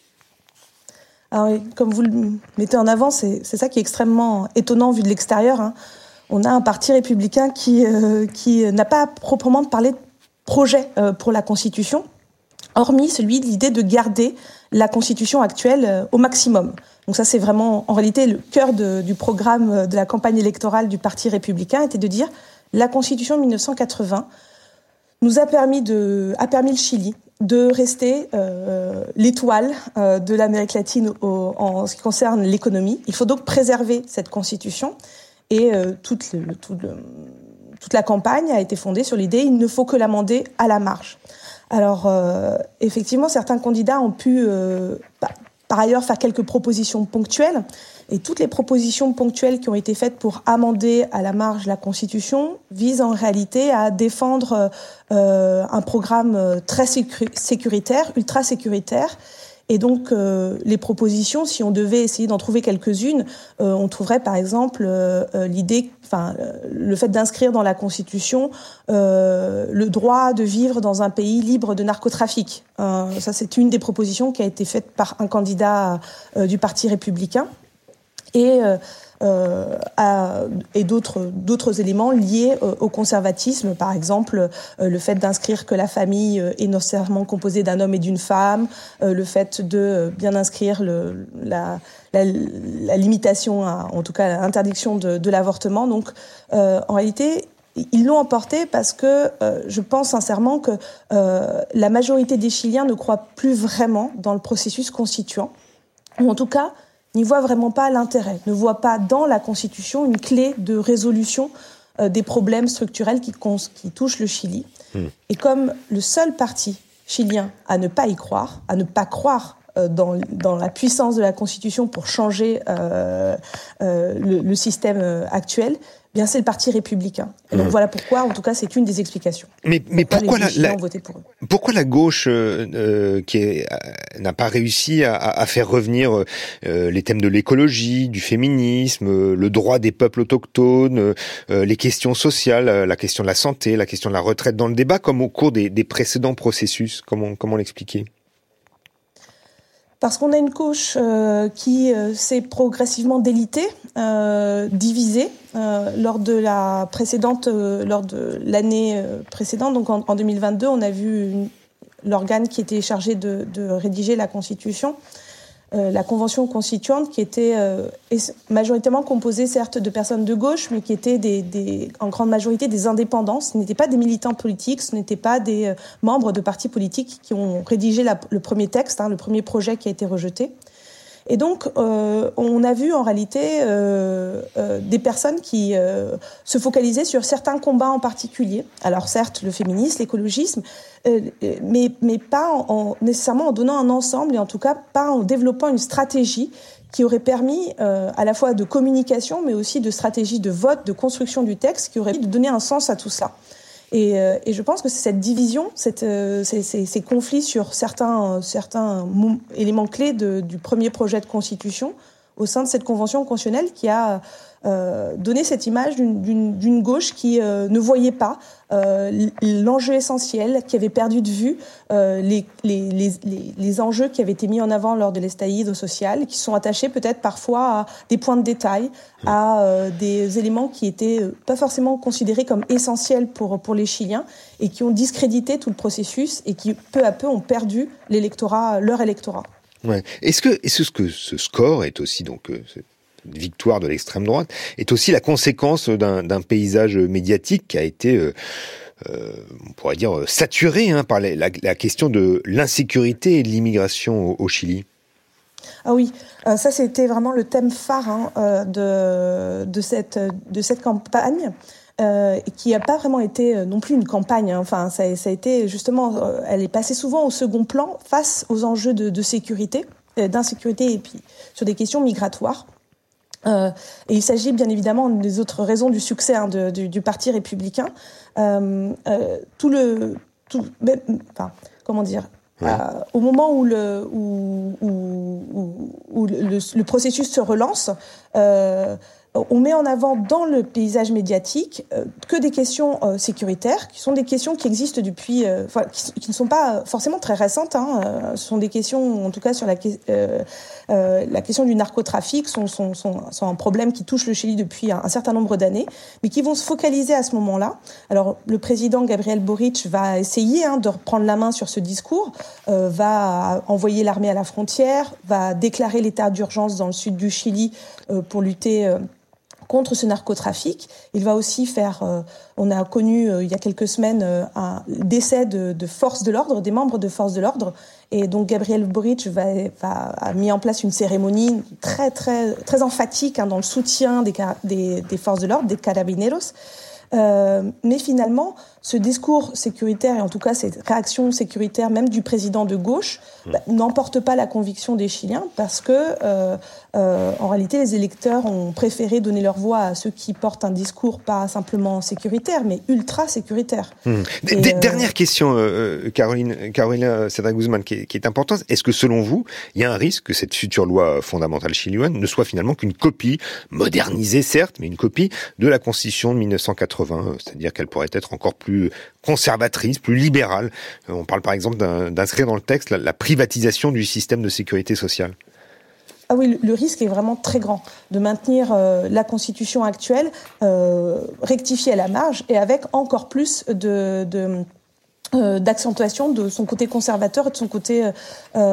Alors, comme vous le mettez en avant, c'est, c'est ça qui est extrêmement étonnant vu de l'extérieur, hein. On a un parti républicain qui, euh, qui n'a pas proprement parlé de projet euh, pour la Constitution, hormis celui de l'idée de garder la Constitution actuelle euh, au maximum. Donc ça, c'est vraiment, en réalité, le cœur de, du programme de la campagne électorale du Parti républicain, était de dire la Constitution de mille neuf cent quatre-vingts nous a permis, de, a permis le Chili de rester euh, l'étoile euh, de l'Amérique latine au, en ce qui concerne l'économie. Il faut donc préserver cette Constitution, et euh, toute, le, tout le, toute la campagne a été fondée sur l'idée il ne faut que l'amender à la marge. Alors, euh, effectivement, certains candidats ont pu, euh, bah, par ailleurs, faire quelques propositions ponctuelles. Et toutes les propositions ponctuelles qui ont été faites pour amender à la marge la Constitution visent en réalité à défendre euh, un programme très sécu- sécuritaire, ultra sécuritaire. Et donc, euh, les propositions, si on devait essayer d'en trouver quelques-unes, euh, on trouverait par exemple euh, l'idée, enfin, le fait d'inscrire dans la Constitution euh, le droit de vivre dans un pays libre de narcotrafic. Euh, ça, c'est une des propositions qui a été faite par un candidat euh, du Parti républicain. Et, euh, euh, à, et d'autres, d'autres éléments liés euh, au conservatisme, par exemple euh, le fait d'inscrire que la famille euh, est nécessairement composée d'un homme et d'une femme, euh, le fait de euh, bien inscrire le, la, la, la limitation, à, en tout cas l'interdiction de, de l'avortement. Donc euh, en réalité, ils l'ont emporté parce que euh, je pense sincèrement que euh, la majorité des Chiliens ne croient plus vraiment dans le processus constituant, ou en tout cas n'y voit vraiment pas l'intérêt, ne voit pas dans la Constitution une clé de résolution euh, des problèmes structurels qui, cons- qui touchent le Chili. Mmh. Et comme le seul parti chilien à ne pas y croire, à ne pas croire euh, dans, dans la puissance de la Constitution pour changer euh, euh, le, le système actuel, bien c'est le Parti républicain. Et donc mmh. voilà pourquoi, en tout cas, c'est une des explications. Mais, mais pourquoi, pourquoi la, la pour eux. pourquoi la gauche euh, euh, qui est, euh, n'a pas réussi à, à faire revenir euh, les thèmes de l'écologie, du féminisme, euh, le droit des peuples autochtones, euh, les questions sociales, euh, la question de la santé, la question de la retraite dans le débat, comme au cours des, des précédents processus? Comment, comment l'expliquer? Parce qu'on a une gauche euh, qui euh, s'est progressivement délitée, euh, divisée euh, lors de la précédente, euh, lors de l'année euh, précédente. Donc en, en deux mille vingt-deux, on a vu une, l'organe qui était chargé de, de rédiger la Constitution, euh, la Convention constituante, qui était euh, majoritairement composée certes de personnes de gauche, mais qui étaient des, des, en grande majorité des indépendants. Ce n'étaient pas des militants politiques, ce n'étaient pas des euh, membres de partis politiques qui ont rédigé la, le premier texte, hein, le premier projet qui a été rejeté. Et donc, euh, on a vu en réalité euh, euh, des personnes qui euh, se focalisaient sur certains combats en particulier. Alors certes, le féminisme, l'écologisme, euh, mais, mais pas en, en, nécessairement en donnant un ensemble, et en tout cas pas en développant une stratégie qui aurait permis euh, à la fois de communication, mais aussi de stratégie de vote, de construction du texte, qui aurait permis de donner un sens à tout ça. Et, euh, et je pense que c'est cette division, cette, euh, ces, ces, ces conflits sur certains, euh, certains éléments clés de, du premier projet de constitution au sein de cette convention constitutionnelle qui a euh, donné cette image d'une, d'une, d'une gauche qui euh, ne voyait pas euh, l'enjeu essentiel, qui avait perdu de vue euh, les, les, les, les, les enjeux qui avaient été mis en avant lors de l'estallido social, qui sont attachés peut-être parfois à des points de détail, à euh, des éléments qui étaient pas forcément considérés comme essentiels pour, pour les Chiliens et qui ont discrédité tout le processus et qui peu à peu ont perdu l'électorat, leur électorat. Ouais. Est-ce que, est-ce que ce score est aussi donc euh, cette victoire de l'extrême droite est aussi la conséquence d'un, d'un paysage médiatique qui a été, euh, euh, on pourrait dire, saturé hein, par la, la, la question de l'insécurité et de l'immigration au, au Chili? Ah oui, euh, ça c'était vraiment le thème phare hein, euh, de de cette de cette campagne. Euh, qui n'a pas vraiment été euh, non plus une campagne. Hein. Enfin, ça, ça a été justement, euh, elle est passée souvent au second plan face aux enjeux de, de sécurité, euh, d'insécurité et puis sur des questions migratoires. Euh, et il s'agit bien évidemment des autres raisons du succès hein, de, du, du Parti républicain. Euh, euh, tout le, tout, même, enfin, comment dire. Ouais. Euh, au moment où le où, où, où, où le, le, le processus se relance. Euh, On met en avant dans le paysage médiatique euh, que des questions euh, sécuritaires, qui sont des questions qui existent depuis, euh, enfin, qui, qui ne sont pas forcément très récentes. Hein, euh, ce sont des questions, en tout cas sur la, euh, euh, la question du narcotrafic, sont, sont, sont, sont un problème qui touche le Chili depuis un, un certain nombre d'années, mais qui vont se focaliser à ce moment-là. Alors, le président Gabriel Boric va essayer hein, de reprendre la main sur ce discours, euh, va envoyer l'armée à la frontière, va déclarer l'état d'urgence dans le sud du Chili euh, pour lutter. Euh, contre ce narcotrafic. Il va aussi faire, euh, on a connu euh, il y a quelques semaines euh, un décès de, de forces de l'ordre, des membres de forces de l'ordre, et donc Gabriel Boric va, va, a mis en place une cérémonie très très très emphatique hein, dans le soutien des, des, des forces de l'ordre, des carabineros. Euh, mais finalement, ce discours sécuritaire, et en tout cas cette réaction sécuritaire même du président de gauche, bah, n'emporte pas la conviction des Chiliens parce que, euh, euh, en réalité, les électeurs ont préféré donner leur voix à ceux qui portent un discours pas simplement sécuritaire, mais ultra sécuritaire. Mmh. D- euh... Dernière question, euh, Caroline, Carolina Cedra Guzman, qui est, qui est importante. Est-ce que, selon vous, il y a un risque que cette future loi fondamentale chilienne ne soit finalement qu'une copie, modernisée certes, mais une copie de la Constitution de dix-neuf cent quatre-vingts, c'est-à-dire qu'elle pourrait être encore plus conservatrice, plus libérale. On parle par exemple d'un, d'inscrire dans le texte la, la privatisation du système de sécurité sociale. Ah oui, le, le risque est vraiment très grand de maintenir euh, la Constitution actuelle euh, rectifiée à la marge et avec encore plus de... de Euh, d'accentuation de son côté conservateur et de son côté euh,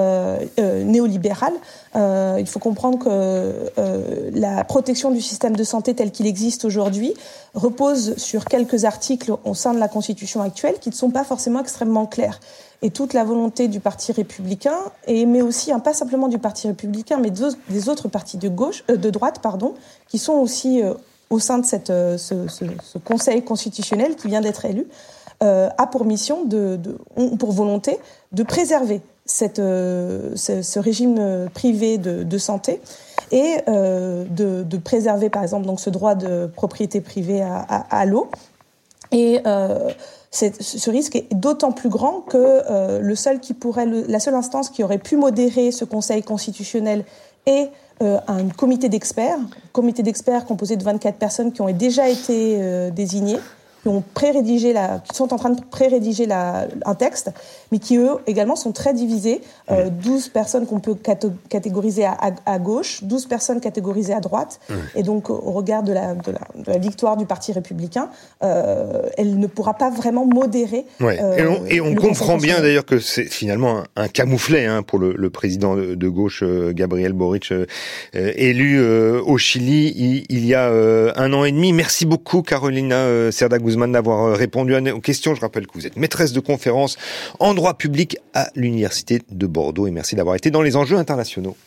euh, néolibéral. Euh, il faut comprendre que euh, la protection du système de santé tel qu'il existe aujourd'hui repose sur quelques articles au sein de la Constitution actuelle qui ne sont pas forcément extrêmement clairs. Et toute la volonté du Parti républicain, et, mais aussi, hein, pas simplement du Parti républicain, mais de, des autres partis de gauche, euh, de droite, pardon, qui sont aussi euh, au sein de cette, euh, ce, ce, ce Conseil constitutionnel qui vient d'être élu, Euh, a pour mission, de, de, pour volonté, de préserver cette, euh, ce, ce régime privé de, de santé et euh, de, de préserver par exemple donc ce droit de propriété privée à, à, à l'eau. Et euh, c'est, ce risque est d'autant plus grand que euh, le seul qui pourrait, le, la seule instance qui aurait pu modérer ce Conseil constitutionnel est euh, un comité d'experts, comité d'experts composé de vingt-quatre personnes qui ont déjà été euh, désignées, qui ont pré-rédigé la, qui sont en train de pré-rédiger la, un texte, mais qui eux également sont très divisés. Euh, douze personnes qu'on peut cato- catégoriser à, à, à gauche, douze personnes catégorisées à droite, mmh. et donc au regard de la, de la, de la victoire du Parti républicain, euh, elle ne pourra pas vraiment modérer. Ouais. Euh, et on, et on comprend bien d'ailleurs que c'est finalement un, un camouflet hein, pour le, le président de, de gauche euh, Gabriel Boric, euh, euh, élu euh, au Chili il, il y a euh, un an et demi. Merci beaucoup Carolina euh, Cerda Guzman d'avoir répondu à nos questions. Je rappelle que vous êtes maîtresse de conférences en droit public à l'Université de Bordeaux et merci d'avoir été dans les enjeux internationaux.